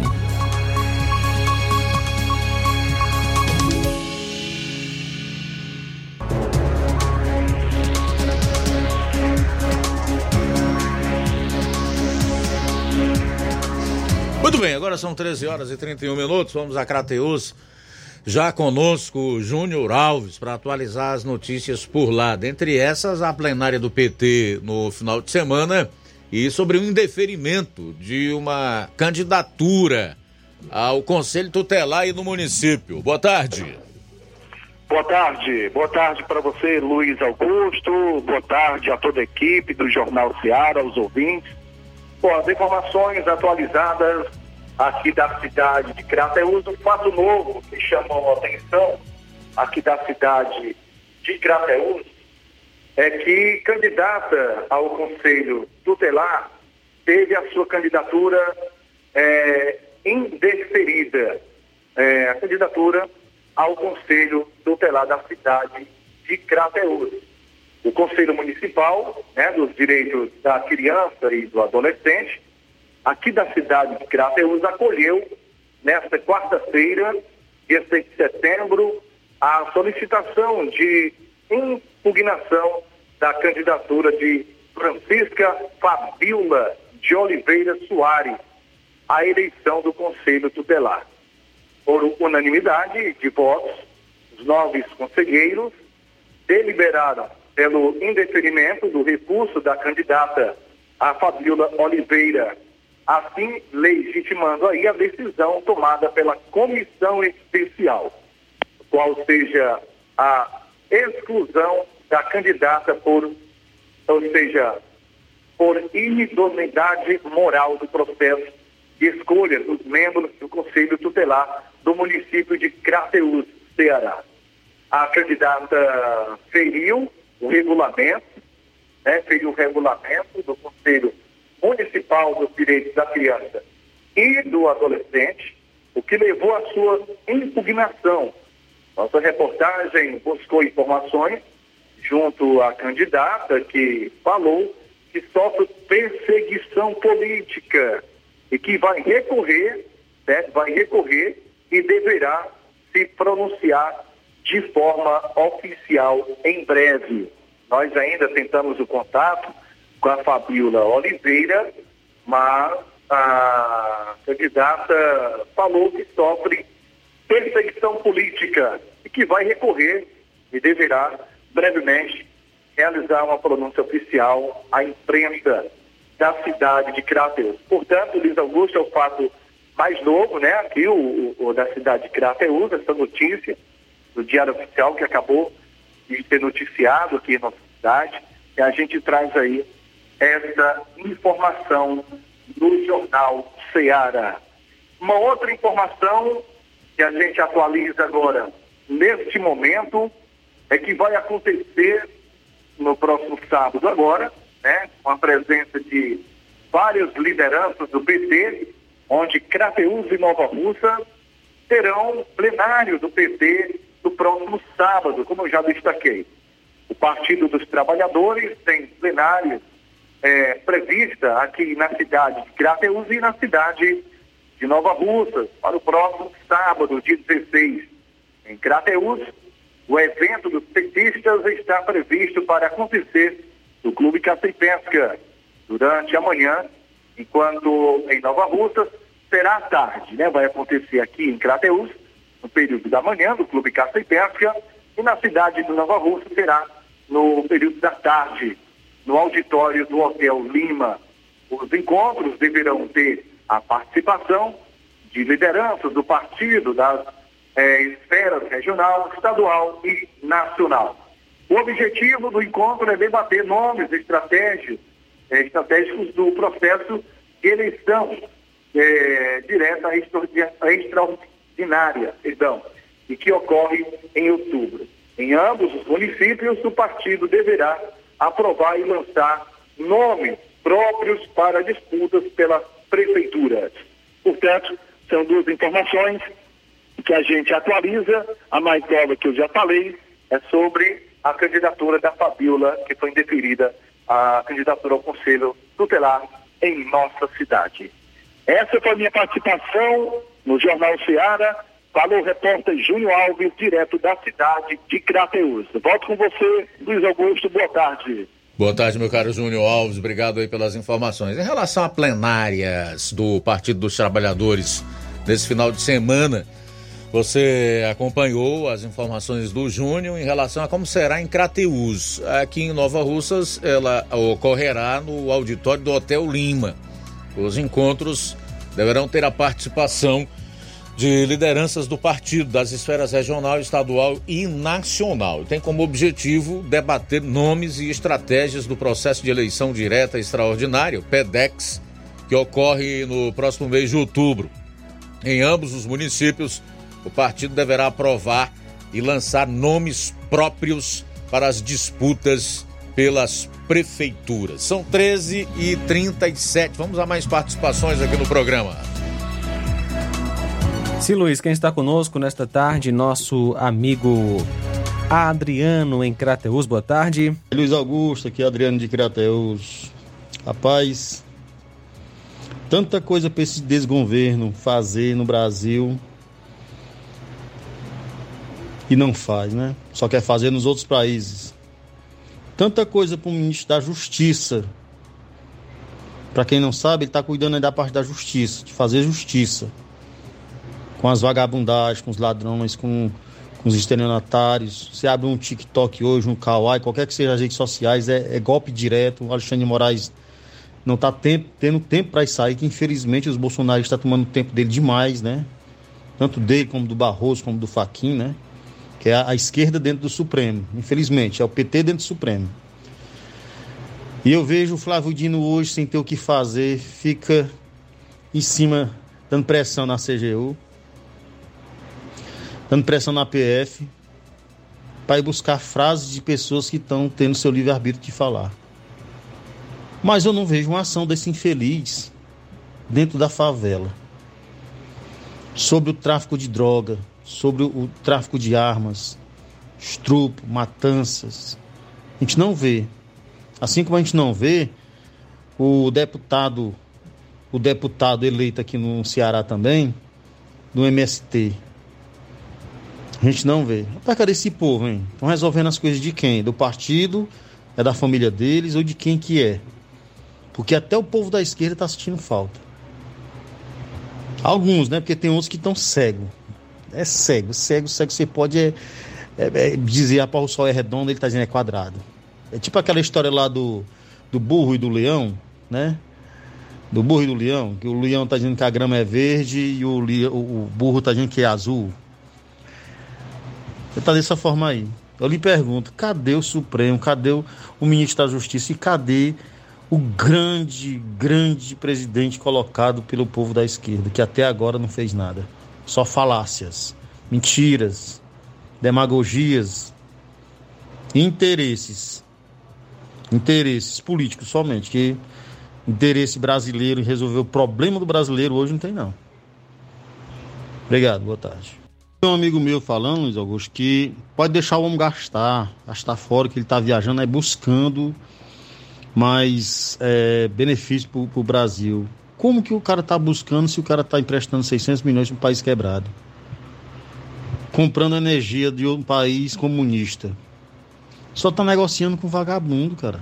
B: Muito bem, agora são treze horas e trinta e um minutos. Vamos a Crateús. Já conosco Júnior Alves para atualizar as notícias por lá. Dentre essas, a plenária do P T no final de semana e sobre o indeferimento de uma candidatura ao Conselho Tutelar aí no município. Boa tarde.
Y: Boa tarde. Boa tarde para você, Luiz Augusto. Boa tarde a toda a equipe do Jornal Ceará, aos ouvintes. Bom, as informações atualizadas aqui da cidade de Crateús, um fato novo que chamou a atenção aqui da cidade de Crateús é que candidata ao Conselho Tutelar teve a sua candidatura é, indeferida, é, a candidatura ao Conselho Tutelar da cidade de Crateús. O Conselho Municipal, né, dos Direitos da Criança e do Adolescente, aqui da cidade de Crateús, acolheu, nesta quarta-feira, dia seis de setembro, a solicitação de impugnação da candidatura de Francisca Fabiola de Oliveira Soares à eleição do Conselho Tutelar. Por unanimidade de votos, os nove conselheiros deliberaram pelo indeferimento do recurso da candidata a Fabiola Oliveira, assim legitimando aí a decisão tomada pela comissão especial, qual seja a exclusão da candidata por, ou seja, por inidoneidade moral do processo de escolha dos membros do Conselho Tutelar do município de Crateús, Ceará. A candidata feriu o regulamento, né, feriu o regulamento do Conselho Municipal dos Direitos da Criança e do Adolescente, o que levou à sua impugnação. Nossa reportagem buscou informações junto à candidata que falou que sofre perseguição política e que vai recorrer, né, vai recorrer e deverá se pronunciar de forma oficial em breve. Nós ainda tentamos o contato com a Fabíola Oliveira, mas a candidata falou que sofre perseguição política e que vai recorrer e deverá brevemente realizar uma pronúncia oficial à imprensa da cidade de Crateús. Portanto, Luiz Augusto, é o fato mais novo, né, aqui o, o da cidade de Crateús, essa notícia do Diário Oficial que acabou de ser noticiado aqui na nossa cidade, e a gente traz aí essa informação no Jornal Ceará. Uma outra informação que a gente atualiza agora, neste momento, é que vai acontecer no próximo sábado agora, né, com a presença de várias lideranças do P T, onde Crateús e Nova Russa terão plenário do P T no próximo sábado, como eu já destaquei. O Partido dos Trabalhadores tem plenário é, prevista aqui na cidade de Crateús e na cidade de Nova Russa, para o próximo sábado, dia dezesseis. Em Crateús, o evento dos petistas está previsto para acontecer no Clube Caça e Pesca durante a manhã, enquanto em Nova Russa será à tarde, né? Vai acontecer aqui em Crateús, no período da manhã, do Clube Caça e Pesca, e na cidade de Nova Russa será no período da tarde, no auditório do Hotel Lima. Os encontros deverão ter a participação de lideranças do partido, das eh, esferas regional, estadual e nacional. O objetivo do encontro é debater nomes estratégicos, eh, estratégicos do processo de eleição eh, direta extraordinária, perdão, e que ocorre em outubro. Em ambos os municípios, o partido deverá aprovar e lançar nomes próprios para disputas pelas prefeituras. Portanto, são duas informações que a gente atualiza. A mais nova que eu já falei é sobre a candidatura da Fabíola, que foi indeferida a candidatura ao Conselho Tutelar em nossa cidade. Essa foi a minha participação no Jornal Ceará. Falou o repórter Júnior Alves, direto da cidade de Crateús. Volto com você, Luiz Augusto. Boa tarde.
B: Boa tarde, meu caro Júnior Alves. Obrigado aí pelas informações. Em relação a plenárias do Partido dos Trabalhadores nesse final de semana, você acompanhou as informações do Júnior em relação a como será em Crateús. Aqui em Nova Russas, ela ocorrerá no auditório do Hotel Lima. Os encontros deverão ter a participação de lideranças do partido, das esferas regional, estadual e nacional. Tem como objetivo debater nomes e estratégias do processo de eleição direta extraordinária, o PEDEX, que ocorre no próximo mês de outubro. Em ambos os municípios, o partido deverá aprovar e lançar nomes próprios para as disputas pelas prefeituras. São treze e trinta e sete. Vamos a mais participações aqui no programa.
C: Sim, Luiz, quem está conosco nesta tarde, nosso amigo Adriano em Crateús. Boa tarde.
H: Luiz Augusto, aqui Adriano de Crateús. Rapaz, tanta coisa para esse desgoverno fazer no Brasil e não faz, né? Só quer fazer nos outros países. Tanta coisa para o ministro da Justiça. Para quem não sabe, ele está cuidando aí da parte da justiça, de fazer justiça. Com as vagabundagens, com os ladrões, com, com os estelionatários. Você abre um TikTok hoje, um Kawaii, qualquer que seja as redes sociais, é, é golpe direto. O Alexandre de Moraes não está tendo tempo para isso aí, que infelizmente os bolsonaristas estão tomando o tempo dele demais, né? Tanto dele como do Barroso, como do Fachin, né? que é a, a esquerda dentro do Supremo. Infelizmente, é o P T dentro do Supremo. E eu vejo o Flávio Dino hoje sem ter o que fazer, fica em cima, dando pressão na C G U, dando pressão na P F, para ir buscar frases de pessoas que estão tendo seu livre-arbítrio de falar. Mas eu não vejo uma ação desse infeliz dentro da favela sobre o tráfico de droga, sobre o tráfico de armas, estupro, matanças. A gente não vê. Assim como a gente não vê o deputado, o deputado eleito aqui no Ceará também, do M S T. A gente não vê. Pra cadê esse povo, hein? Estão resolvendo as coisas de quem? Do partido? É da família deles? Ou de quem que é? Porque até o povo da esquerda está sentindo falta. Alguns, né? Porque tem outros que estão cegos. É cego, cego, cego. Você pode é, é, é, dizer, ah, o sol é redondo, ele está dizendo é quadrado. É tipo aquela história lá do, do burro e do leão, né? Do burro e do leão, que o leão está dizendo que a grama é verde e o, o, o burro está dizendo que é azul. Você está dessa forma aí. Eu lhe pergunto, cadê o Supremo, cadê o, o ministro da Justiça e cadê o grande, grande presidente colocado pelo povo da esquerda, que até agora não fez nada? Só falácias, mentiras, demagogias, interesses. Interesses políticos somente, que interesse brasileiro em resolver o problema do brasileiro hoje não tem, não. Obrigado, boa tarde. Tem um amigo meu falando, Luiz Augusto, que pode deixar o homem gastar, gastar fora, que ele está viajando aí buscando mais é, benefício para o Brasil. Como que o cara está buscando se o cara está emprestando seiscentos milhões para um país quebrado? Comprando energia de um país comunista. Só está negociando com vagabundo, cara.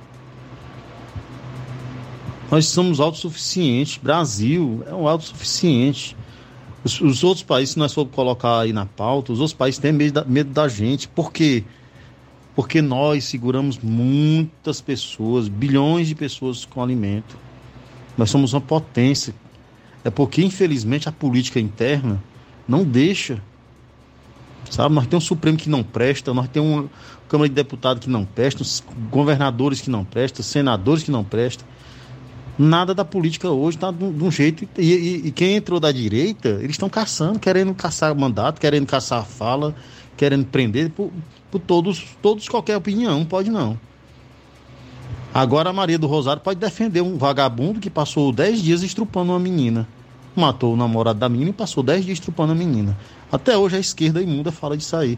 H: Nós somos autossuficientes. Brasil é um autossuficiente. Os, os outros países, se nós formos colocar aí na pauta, os outros países têm medo da, medo da gente. Por quê? Porque nós seguramos muitas pessoas, bilhões de pessoas com alimento. Nós somos uma potência. É porque, infelizmente, a política interna não deixa. Sabe? Nós temos um Supremo que não presta, nós temos uma Câmara de Deputados que não presta, governadores que não prestam, senadores que não prestam. Nada da política hoje está de um jeito. E, e, e quem entrou da direita, eles estão caçando, querendo caçar mandato, querendo caçar fala, querendo prender por, por todos, todos qualquer opinião, não pode não. Agora a Maria do Rosário pode defender um vagabundo que passou dez dias estrupando uma menina. Matou o namorado da menina e passou dez dias estrupando a menina. Até hoje a esquerda imunda fala disso aí.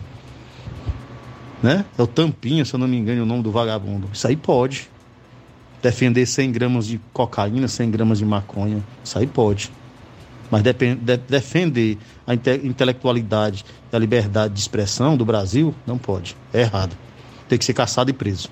H: Né? É o Tampinha, se eu não me engano, o nome do vagabundo. Isso aí pode. Defender cem gramas de cocaína, cem gramas de maconha. Isso aí pode. Mas de, de, defender a inte, intelectualidade e a liberdade de expressão do Brasil, não pode. É errado. Tem que ser caçado e preso.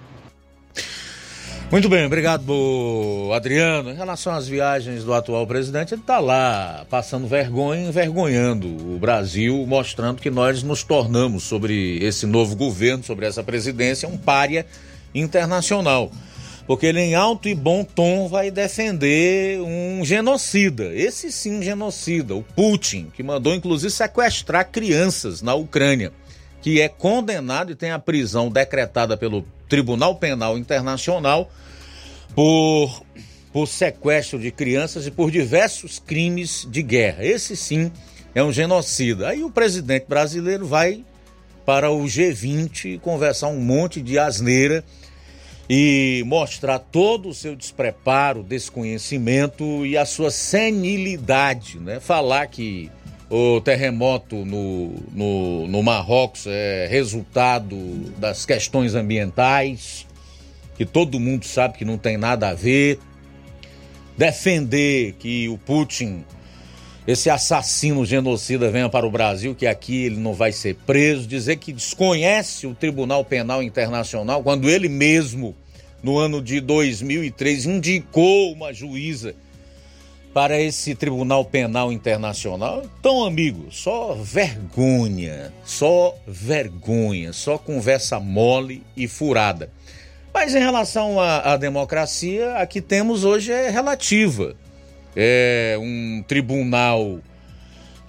B: Muito bem, obrigado, Adriano. Em relação às viagens do atual presidente, ele está lá passando vergonha, envergonhando o Brasil, mostrando que nós nos tornamos, sobre esse novo governo, sobre essa presidência, um pária internacional. Porque ele, em alto e bom tom, vai defender um genocida. Esse sim, um genocida, o Putin, que mandou inclusive sequestrar crianças na Ucrânia, que é condenado e tem a prisão decretada pelo Tribunal Penal Internacional por, por sequestro de crianças e por diversos crimes de guerra. Esse sim é um genocida. Aí o presidente brasileiro vai para o G vinte conversar um monte de asneira e mostrar todo o seu despreparo, desconhecimento e a sua senilidade, né? Falar que o terremoto no, no, no Marrocos é resultado das questões ambientais, que todo mundo sabe que não tem nada a ver. Defender que o Putin, esse assassino genocida, venha para o Brasil, que aqui ele não vai ser preso. Dizer que desconhece o Tribunal Penal Internacional, quando ele mesmo, no ano de dois mil e três, indicou uma juíza para esse Tribunal Penal Internacional. Então, amigo, só vergonha, só vergonha, só conversa mole e furada. Mas em relação à, à democracia, a que temos hoje é relativa. É um tribunal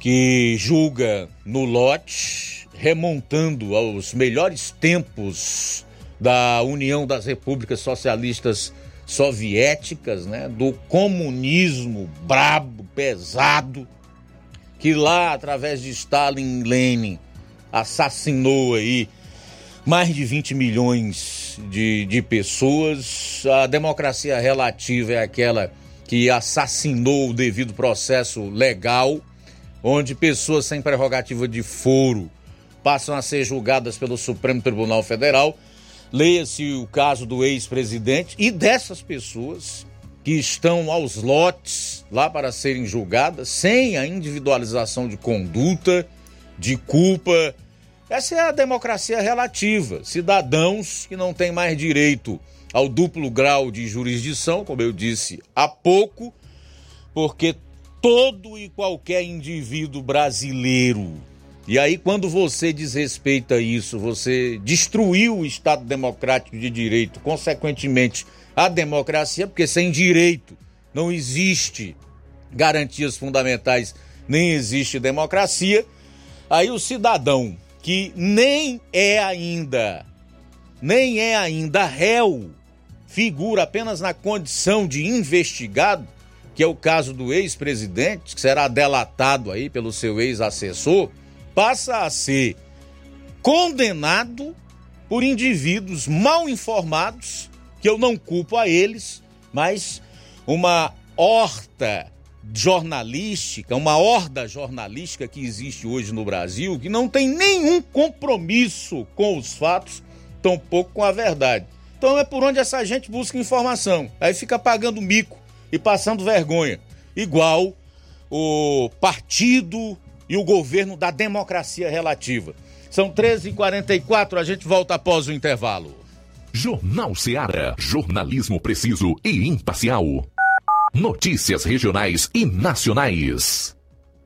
B: que julga no lote, remontando aos melhores tempos da União das Repúblicas Socialistas Soviéticas, né? Do comunismo brabo, pesado, que lá, através de Stalin e Lenin, assassinou aí mais de vinte milhões de, de pessoas. A democracia relativa é aquela que assassinou o devido processo legal, onde pessoas sem prerrogativa de foro passam a ser julgadas pelo Supremo Tribunal Federal. Leia-se o caso do ex-presidente e dessas pessoas que estão aos lotes lá para serem julgadas, sem a individualização de conduta, de culpa. Essa é a democracia relativa. Cidadãos que não têm mais direito ao duplo grau de jurisdição, como eu disse há pouco, porque todo e qualquer indivíduo brasileiro, e aí quando você desrespeita isso, você destruiu o Estado Democrático de Direito, consequentemente a democracia, porque sem direito não existe garantias fundamentais, nem existe democracia. Aí o cidadão que nem é ainda, nem é ainda réu, figura apenas na condição de investigado, que é o caso do ex-presidente, que será delatado aí pelo seu ex-assessor, passa a ser condenado por indivíduos mal informados, que eu não culpo a eles, mas uma horta jornalística, uma horda jornalística que existe hoje no Brasil, que não tem nenhum compromisso com os fatos, tampouco com a verdade. Então é por onde essa gente busca informação. Aí fica pagando mico e passando vergonha, igual o partido e o governo da democracia relativa. São treze e quarenta e quatro, a gente volta após o intervalo.
A: Jornal Ceará, jornalismo preciso e imparcial. Notícias regionais e nacionais.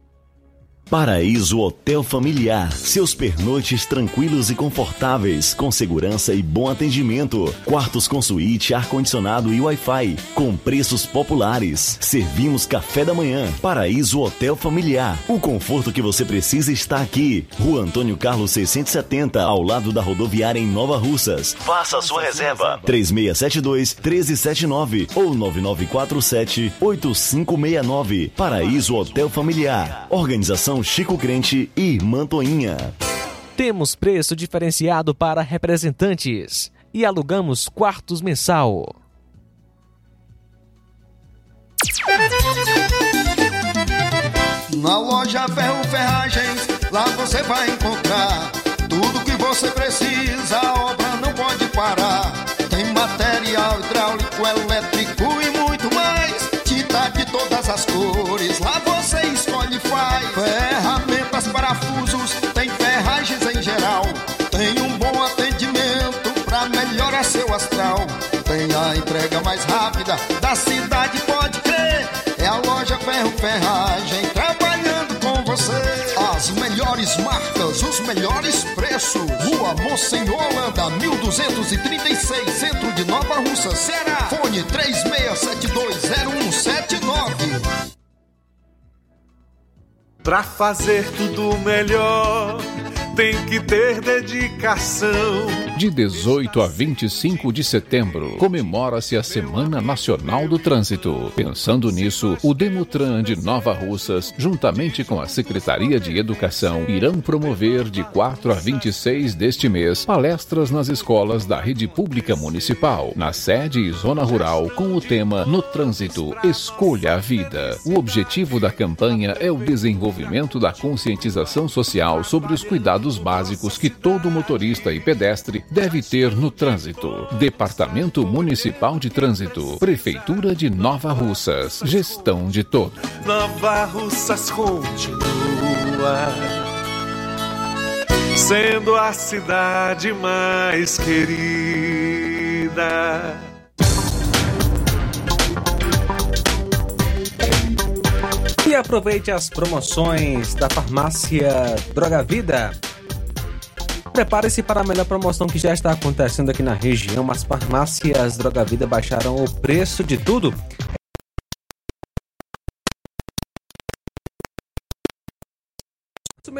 F: Paraíso Hotel Familiar. Seus pernoites tranquilos e confortáveis, com segurança e bom atendimento. Quartos com suíte, ar-condicionado e Wi-Fi, com preços populares. Servimos café da manhã. Paraíso Hotel Familiar. O conforto que você precisa está aqui. Rua Antônio Carlos seiscentos e setenta, ao lado da rodoviária em Nova Russas. Faça a sua reserva. três seis sete dois, um três sete nove ou nove nove quatro sete, oito cinco seis nove. Paraíso Hotel Familiar. Organização Chico Crente e Mantoinha.
C: Temos preço diferenciado para representantes e alugamos quartos mensal.
S: Na loja Ferro Ferragens, lá você vai encontrar tudo que você precisa, a obra não pode parar. Tem material hidráulico, elétrico e muito mais. Tinta de todas as cores, lá você escolhe e faz. Ferramentas, parafusos, tem ferragens em geral. Tem um bom atendimento pra melhorar seu astral. Tem a entrega mais rápida da cidade, pode crer. É a loja Ferro Ferragem trabalhando com você. As melhores marcas, os melhores preços. Rua Monsenhor Holanda, mil duzentos e trinta e seis, centro de Nova Russa, Ceará. Fone três seis sete dois zero um sete nove.
I: Pra fazer tudo melhor, tem que ter dedicação.
L: De dezoito a vinte e cinco de setembro, comemora-se a Semana Nacional do Trânsito. Pensando nisso, o Demutran de Nova Russas, juntamente com a Secretaria de Educação, irão promover de quatro a vinte e seis deste mês palestras nas escolas da rede pública municipal, na sede e zona rural, com o tema No Trânsito, Escolha a Vida. O objetivo da campanha é o desenvolvimento da conscientização social sobre os cuidados básicos que todo motorista e pedestre deve ter no trânsito. Departamento Municipal de Trânsito, Prefeitura de Nova Russas, gestão de todos.
I: Nova Russas continua sendo a cidade mais querida.
C: E aproveite as promoções da farmácia Droga Vida. Prepare-se para a melhor promoção que já está acontecendo aqui na região. As farmácias Droga Vida baixaram o preço de tudo.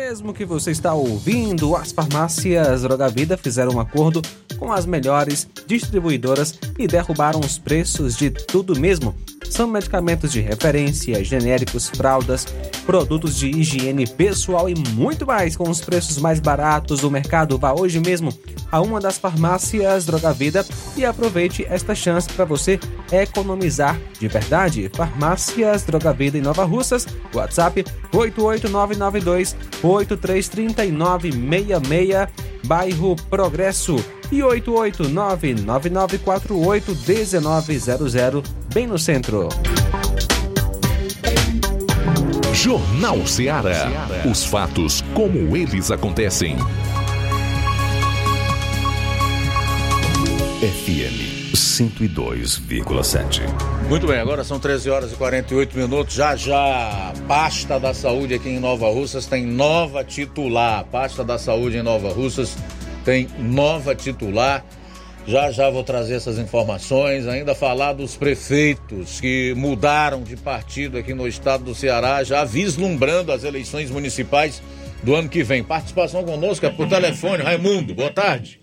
C: mesmo que você está ouvindo, as farmácias Droga Vida fizeram um acordo com as melhores distribuidoras e derrubaram os preços de tudo mesmo. São medicamentos de referência, genéricos, fraldas, produtos de higiene pessoal e muito mais com os preços mais baratos do mercado. Vá hoje mesmo a uma das farmácias Droga Vida e aproveite esta chance para você economizar de verdade. Farmácias Droga Vida em Nova Russas, WhatsApp oito oito nove nove dois oito três três nove seis seis, bairro Progresso, e oito oito nove nove nove quatro oito um nove zero zero, bem no centro.
A: Jornal Ceará. Os fatos como eles acontecem.
R: F M cento e dois vírgula sete.
B: Muito bem, agora são treze horas e quarenta e oito minutos. Já já, a pasta da saúde aqui em Nova Russas tem nova titular. A pasta da saúde em Nova Russas tem nova titular. Já já vou trazer essas informações, ainda falar dos prefeitos que mudaram de partido aqui no estado do Ceará, já vislumbrando as eleições municipais do ano que vem. Participação conosco é por telefone. Raimundo, boa tarde.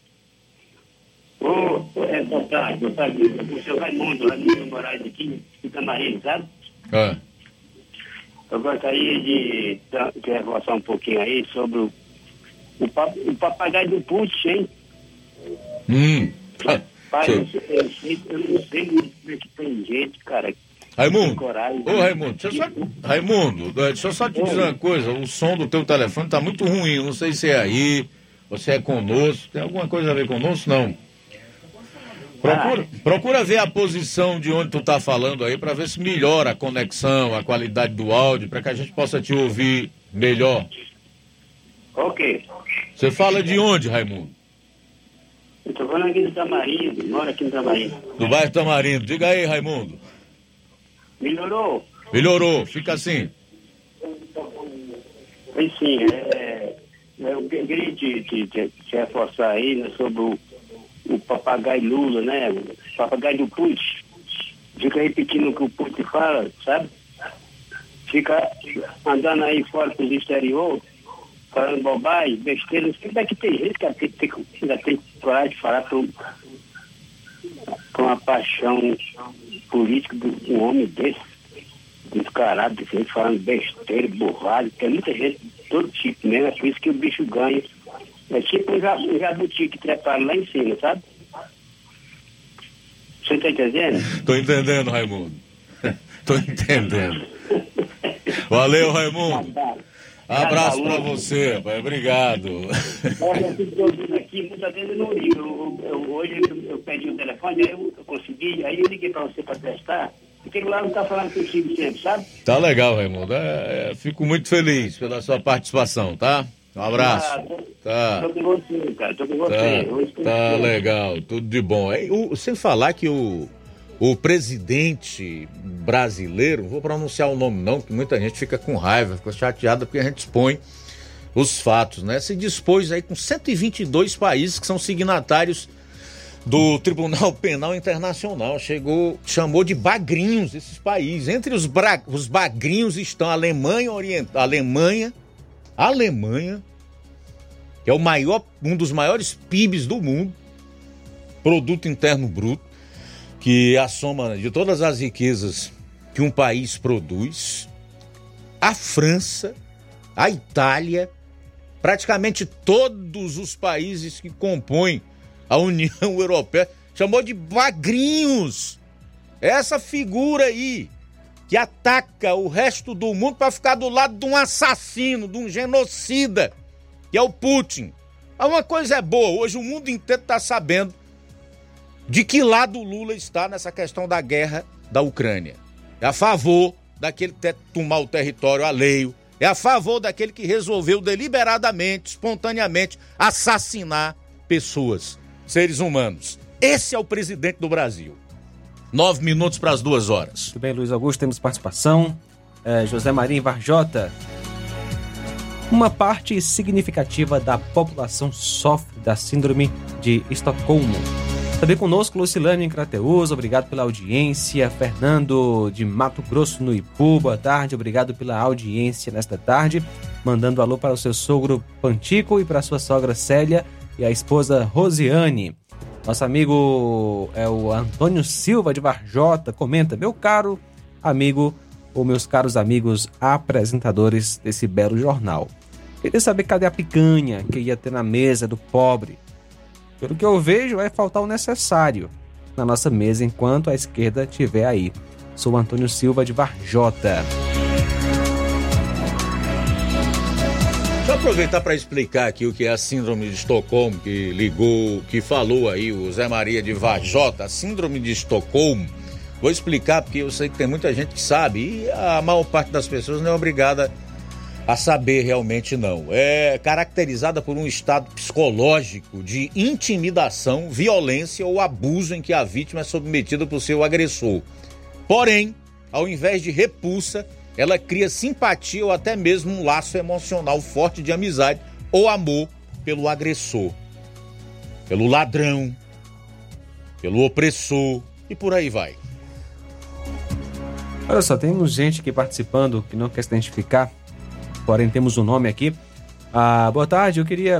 M: Ô, oh, é, boa tarde, boa tarde. O seu Raimundo, Raimundo Moraes aqui, de Camarim, sabe?
B: É.
M: Eu gostaria de, de reforçar um pouquinho aí sobre o, o, pap, o papagaio do Putin, hein?
B: Hum. Ah,
M: Pai, eu, eu, sei, eu não sei como é que tem gente, cara.
B: Raimundo,
M: coragem,
B: ô Raimundo, deixa eu só, Raimundo, deixa eu só te dizer uma coisa, o som do teu telefone tá muito ruim, não sei se é aí, você é conosco, tem alguma coisa a ver conosco? Não. Procura, ah. procura ver a posição de onde tu tá falando aí, para ver se melhora a conexão, a qualidade do áudio, para que a gente possa te ouvir melhor.
M: Ok.
B: Você fala de onde, Raimundo?
M: Eu tô falando aqui do Tamarindo, moro aqui no Tamarindo.
B: Do bairro Tamarindo. Diga aí, Raimundo.
M: Melhorou?
B: Melhorou, fica assim.
M: Pois sim, é, eu queria te, te, te, te reforçar aí, né, sobre o, o papagaio Lula, né? O papagaio do Putin. Fica repetindo o que o Putin fala, sabe? Fica andando aí fora pro exterior, falando bobagem, besteira. Não sei daqui tem gente que ainda tem, tem, ainda tem coragem de falar com, com a paixão política de um homem desse, descarado, de gente falando besteira, borrado. Tem muita gente, todo tipo mesmo, é por isso que o bicho ganha. É tipo um jabuti que treparam lá em cima, sabe? Você tá entendendo?
B: Tô entendendo, Raimundo. Tô entendendo. Valeu, Raimundo. Abraço pra você, pai. Obrigado.
M: Aqui, muitas vezes eu não ligo. Eu, eu, hoje eu, eu pedi o telefone, aí eu, eu consegui, aí eu liguei pra você pra testar. Porque lá não tá falando contigo sempre, sabe?
B: Tá legal, Raimundo. É, é, fico muito feliz pela sua participação, tá? Um abraço. Ah, tô, tá.
M: tô com você, cara. Tô com você.
B: Tá, tá legal, tudo de bom. É, o, sem falar que o, o presidente brasileiro, não vou pronunciar o nome não, que muita gente fica com raiva, fica chateada porque a gente expõe os fatos, né? Se dispôs aí com cento e vinte e dois países que são signatários do Tribunal Penal Internacional. Chegou, chamou de bagrinhos esses países. Entre os, bra, os bagrinhos estão a Alemanha Oriental, Alemanha, Alemanha, que é o maior, um dos maiores P I Bs do mundo, Produto Interno Bruto, que é a soma de todas as riquezas que um país produz, a França, a Itália, praticamente todos os países que compõem a União Europeia, chamou de bagrinhos. Essa figura aí, que ataca o resto do mundo para ficar do lado de um assassino, de um genocida, que é o Putin. Uma coisa é boa, hoje o mundo inteiro está sabendo de que lado o Lula está nessa questão da guerra da Ucrânia. É a favor daquele que quer tomar o território alheio, é a favor daquele que resolveu deliberadamente, espontaneamente, assassinar pessoas, seres humanos. Esse é o presidente do Brasil. Nove minutos para as duas horas.
C: Muito bem, Luiz Augusto, temos participação. É, José Maria Varjota. Uma parte significativa da população sofre da síndrome de Estocolmo. Também conosco, Lucilânio em Crateús, obrigado pela audiência. Fernando de Mato Grosso, no Ipu, boa tarde, obrigado pela audiência nesta tarde. mandando alô para o seu sogro Pantico e para a sua sogra Célia e a esposa Rosiane. Nosso amigo é o Antônio Silva de Varjota, comenta: meu caro amigo, ou meus caros amigos apresentadores desse belo jornal, queria saber cadê a picanha que ia ter na mesa do pobre. Pelo que eu vejo, vai faltar o necessário na nossa mesa enquanto a esquerda estiver aí. Sou o Antônio Silva de Varjota.
B: Deixa eu aproveitar para explicar aqui o que é a síndrome de Estocolmo, que ligou, que falou aí o Zé Maria de Varjota. A síndrome de Estocolmo, vou explicar porque eu sei que tem muita gente que sabe e a maior parte das pessoas não é obrigada a saber realmente não. É caracterizada por um estado psicológico de intimidação, violência ou abuso em que a vítima é submetida por seu agressor. Porém, ao invés de repulsa, ela cria simpatia ou até mesmo um laço emocional forte de amizade ou amor pelo agressor, pelo ladrão, pelo opressor e por aí vai.
C: Olha só, temos gente aqui participando que não quer se identificar, porém temos um nome aqui. Ah, boa tarde, eu queria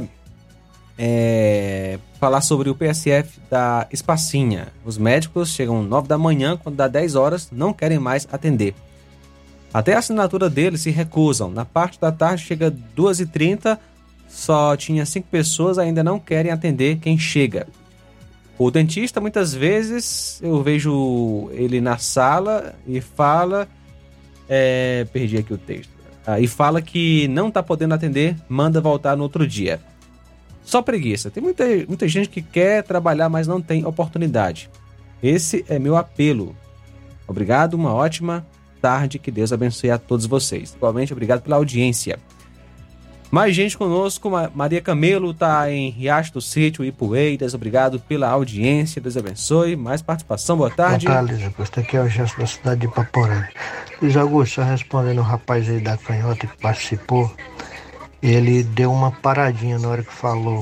C: é, falar sobre o P S F da Espacinha. Os médicos chegam nove da manhã, quando dá dez horas, não querem mais atender. Até a assinatura deles se recusam. Na parte da tarde chega duas e trinta, só tinha cinco pessoas, ainda não querem atender quem chega. O dentista, muitas vezes, eu vejo ele na sala e fala... É, perdi aqui o texto. Ah, e fala que não está podendo atender, manda voltar no outro dia. Só preguiça. Tem muita, muita gente que quer trabalhar, mas não tem oportunidade. Esse é meu apelo. Obrigado, uma ótima tarde, que Deus abençoe a todos vocês. Igualmente, obrigado pela audiência. Mais gente conosco, Maria Camelo está em Riacho do Sítio, Ipueiras, obrigado pela audiência, Deus abençoe. Mais participação, boa tarde.
G: Boa tarde, Luiz Augusto, aqui é o Gesto da cidade de Paporanga. Luiz Augusto, só respondendo o rapaz aí da canhota que participou, ele deu uma paradinha na hora que falou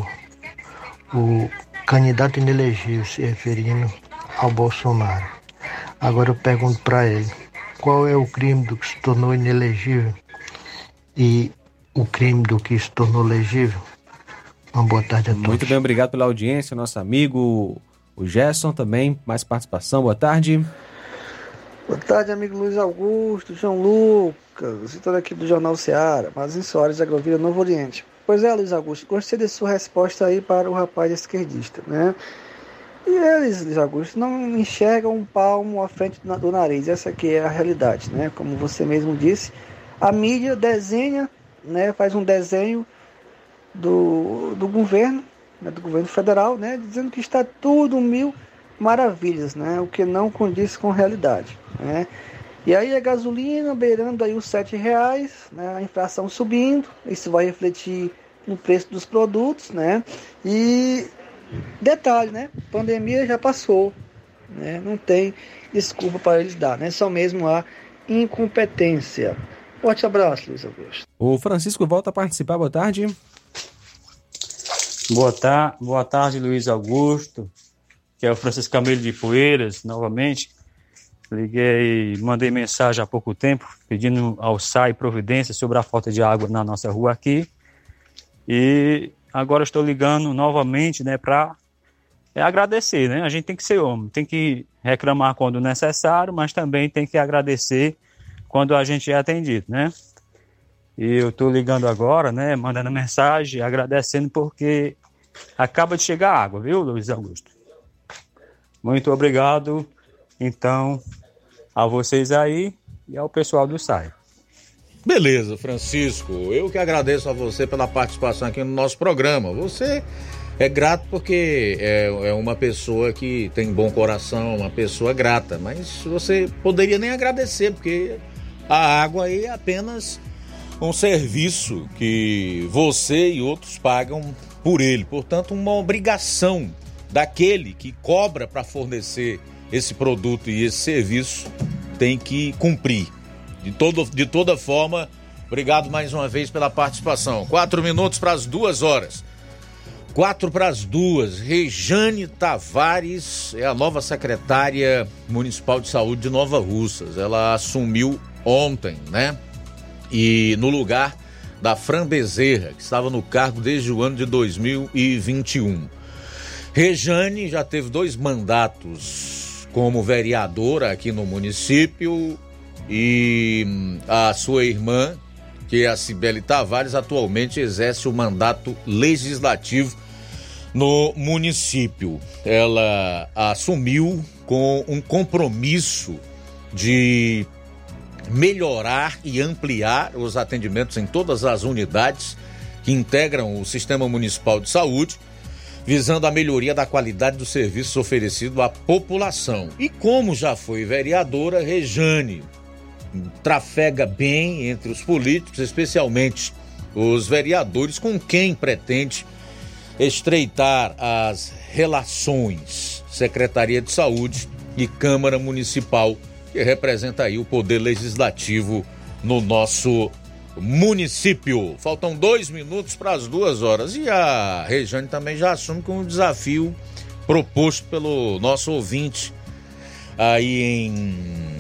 G: o candidato inelegível se referindo ao Bolsonaro. Agora eu pergunto para ele, qual é o crime do que se tornou inelegível e o crime do que se tornou legível? Uma boa tarde a todos.
C: Muito bem, obrigado pela audiência, nosso amigo o Gerson também, mais participação, boa tarde.
N: Boa tarde, amigo Luiz Augusto, João Lucas, estou aqui do Jornal Seara, Mazinho Soares, Agrovila, Novo Oriente. Pois é, Luiz Augusto, gostei da sua resposta aí para o rapaz esquerdista, né? E eles, Luiz Augusto, não enxergam um palmo à frente do nariz, essa aqui é a realidade, né? Como você mesmo disse, a mídia desenha, né, faz um desenho do, do governo, né, do governo federal, né, dizendo que está tudo mil maravilhas, né, o que não condiz com a realidade, né. E aí a gasolina beirando aí os sete reais, né, a inflação subindo, isso vai refletir no preço dos produtos, né, e detalhe, né, pandemia já passou, né, não tem desculpa para eles dar, né, só mesmo a incompetência. Forte abraço, Luiz Augusto.
C: O Francisco volta a participar, boa tarde.
T: Boa, tar- boa tarde, Luiz Augusto, que é o Francisco Camilo de Poeiras, novamente. Liguei, mandei mensagem há pouco tempo, pedindo ao S A I providência sobre a falta de água na nossa rua aqui. E agora estou ligando novamente, né, para é, agradecer, né? A gente tem que ser homem, tem que reclamar quando necessário, mas também tem que agradecer quando a gente é atendido, né? E eu estou ligando agora, né, mandando mensagem, agradecendo porque acaba de chegar água, viu, Luiz Augusto? Muito obrigado, então, a vocês aí e ao pessoal do S A I.
B: Beleza, Francisco, eu que agradeço a você pela participação aqui no nosso programa. Você é grato porque é, é uma pessoa que tem bom coração, uma pessoa grata, mas você poderia nem agradecer, porque a água aí é apenas um serviço que você e outros pagam por ele. Portanto, uma obrigação daquele que cobra para fornecer esse produto e esse serviço tem que cumprir. De, todo, de toda forma, obrigado mais uma vez pela participação. Quatro minutos para as duas horas. Quatro para as duas. Rejane Tavares é a nova secretária municipal de saúde de Nova Russas. Ela assumiu ontem, né? E no lugar da Fran Bezerra, que estava no cargo desde o ano de dois mil e vinte e um. Rejane já teve dois mandatos como vereadora aqui no município e a sua irmã, que é a Cibele Tavares, atualmente exerce o mandato legislativo no município. Ela assumiu com um compromisso de melhorar e ampliar os atendimentos em todas as unidades que integram o Sistema Municipal de Saúde, visando a melhoria da qualidade dos serviços oferecidos à população. E como já foi vereadora, Rejane trafega bem entre os políticos, especialmente os vereadores, com quem pretende estreitar as relações Secretaria de Saúde e Câmara Municipal, que representa aí o poder legislativo no nosso município. Faltam dois minutos para as duas horas e a Rejane também já assume com um desafio proposto pelo nosso ouvinte aí em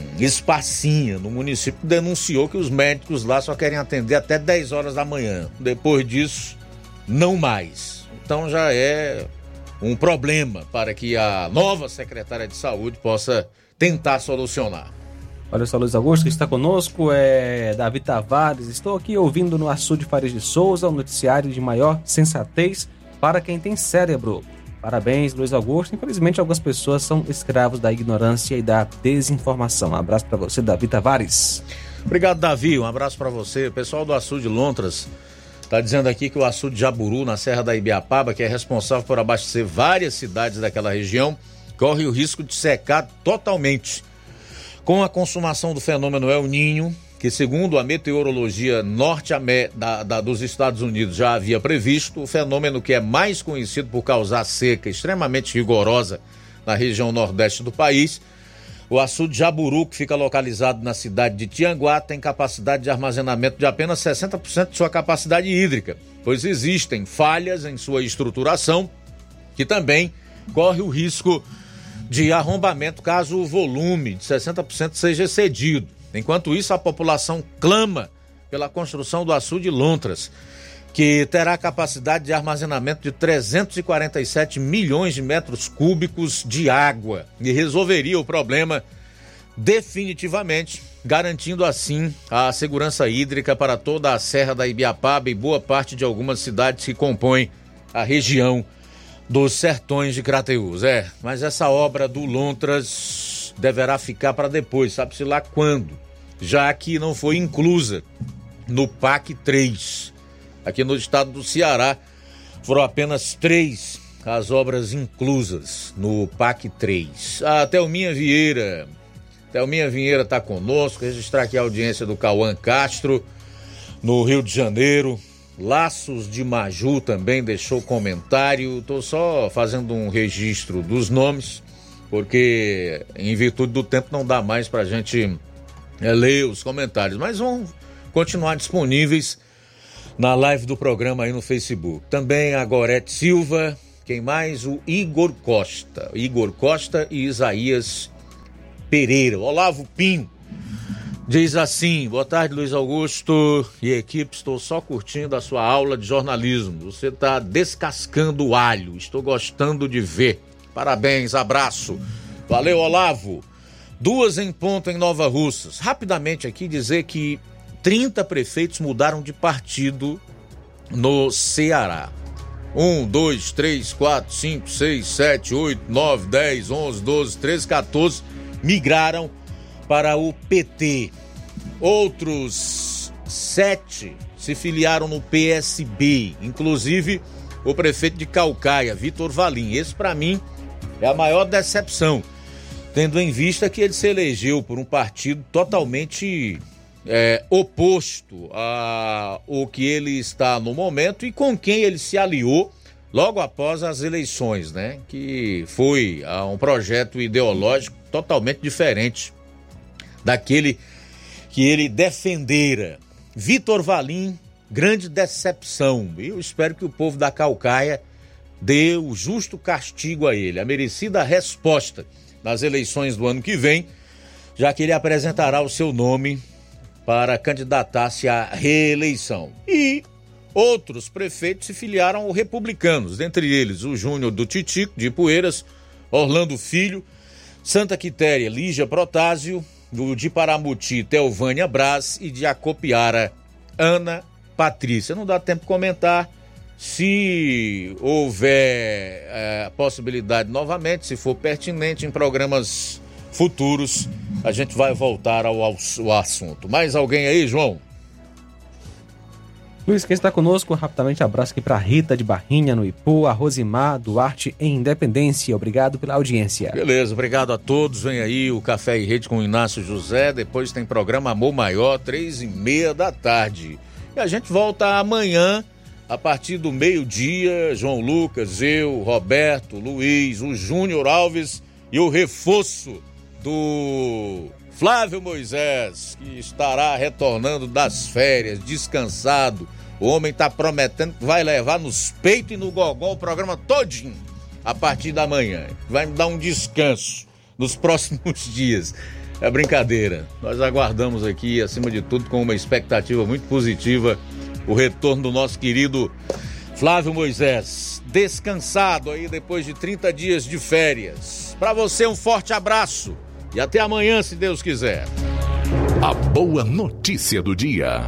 B: Espacinha, no município, denunciou que os médicos lá só querem atender até dez horas da manhã. Depois disso, não mais. Então já é um problema para que a nova secretária de saúde possa tentar solucionar.
C: Olha só, Luiz Augusto, que está conosco, é Davi Tavares. Estou aqui ouvindo no Açude Fares de Souza, o noticiário de maior sensatez para quem tem cérebro. Parabéns, Luiz Augusto. Infelizmente, algumas pessoas são escravos da ignorância e da desinformação. Um abraço para você, Davi Tavares.
B: Obrigado, Davi. Um abraço para você. O pessoal do Açude Lontras está dizendo aqui que o Açude Jaburu, na Serra da Ibiapaba, que é responsável por abastecer várias cidades daquela região, corre o risco de secar totalmente. Com a consumação do fenômeno El Niño, que segundo a meteorologia norte da, da, dos Estados Unidos já havia previsto, o fenômeno que é mais conhecido por causar seca extremamente rigorosa na região nordeste do país, o açude Jaburu, que fica localizado na cidade de Tianguá, tem capacidade de armazenamento de apenas sessenta por cento de sua capacidade hídrica, pois existem falhas em sua estruturação, que também corre o risco de arrombamento caso o volume de sessenta por cento seja excedido. Enquanto isso, a população clama pela construção do açude Lontras, que terá capacidade de armazenamento de trezentos e quarenta e sete milhões de metros cúbicos de água e resolveria o problema definitivamente, garantindo assim a segurança hídrica para toda a Serra da Ibiapaba e boa parte de algumas cidades que compõem a região dos Sertões de Crateús. É, mas essa obra do Lontras deverá ficar para depois, sabe-se lá quando, já que não foi inclusa no P A C três. Aqui no estado do Ceará foram apenas três as obras inclusas no P A C três. A Thelminha Vieira, Thelminha Vieira está conosco, registrar aqui a audiência do Cauã Castro, no Rio de Janeiro. Laços de Maju também deixou comentário. Estou só fazendo um registro dos nomes, porque em virtude do tempo não dá mais para a gente é, ler os comentários, mas vão continuar disponíveis na live do programa aí no Facebook. Também a Gorete Silva, quem mais? O Igor Costa. Igor Costa e Isaías Pereira. Olavo Pinho diz assim: boa tarde, Luiz Augusto e equipe, estou só curtindo a sua aula de jornalismo. Você está descascando o alho, estou gostando de ver. Parabéns, abraço. Valeu, Olavo. Duas em ponto em Nova Russas. Rapidamente aqui dizer que trinta prefeitos mudaram de partido no Ceará. um, dois, três, quatro, cinco, seis, sete, oito, nove, dez, onze, doze, treze, quatorze migraram para o P T. Outros sete se filiaram no P S B, inclusive o prefeito de Caucaia, Vitor Valim. Esse, para mim, é a maior decepção, tendo em vista que ele se elegeu por um partido totalmente é, oposto ao que ele está no momento e com quem ele se aliou logo após as eleições, né? Que foi uh, um projeto ideológico totalmente diferente daquele que ele defendera. Vitor Valim, grande decepção. Eu espero que o povo da Caucaia dê o justo castigo a ele, a merecida resposta nas eleições do ano que vem, já que ele apresentará o seu nome para candidatar-se à reeleição. E outros prefeitos se filiaram aos republicanos, dentre eles o Júnior do Titico, de Ipueiras, Orlando Filho, Santa Quitéria, Lígia Protásio, do de Paramuti, Telvânia Braz e de Acopiara, Ana Patrícia. Não dá tempo de comentar. Se houver é, possibilidade novamente, se for pertinente em programas futuros, a gente vai voltar ao, ao, ao assunto. Mais alguém aí, João?
C: Luiz, quem está conosco, rapidamente abraço aqui para Rita de Barrinha, no Ipu, a Rosimar Duarte em Independência. Obrigado pela audiência.
B: Beleza, obrigado a todos. Vem aí o Café e Rede com o Inácio José. Depois tem programa Amor Maior, três e meia da tarde. E a gente volta amanhã, a partir do meio-dia. João Lucas, eu, Roberto, Luiz, o Júnior Alves e o reforço do Flávio Moisés, que estará retornando das férias, descansado. O homem está prometendo que vai levar nos peitos e no gogó o programa todinho a partir da manhã. Vai me dar um descanso nos próximos dias. É brincadeira. Nós aguardamos aqui, acima de tudo, com uma expectativa muito positiva, o retorno do nosso querido Flávio Moisés, descansado aí depois de trinta dias de férias. Para você, um forte abraço e até amanhã, se Deus quiser.
A: A boa notícia do dia.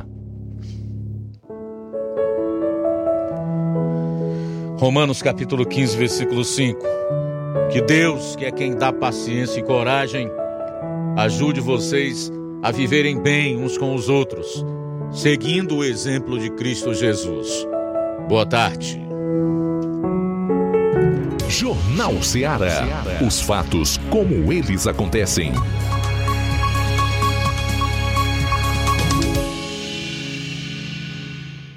B: Romanos capítulo quinze, versículo cinco. Que Deus, que é quem dá paciência e coragem, ajude vocês a viverem bem uns com os outros, seguindo o exemplo de Cristo Jesus. Boa tarde.
A: Jornal Ceará. Os fatos como eles acontecem.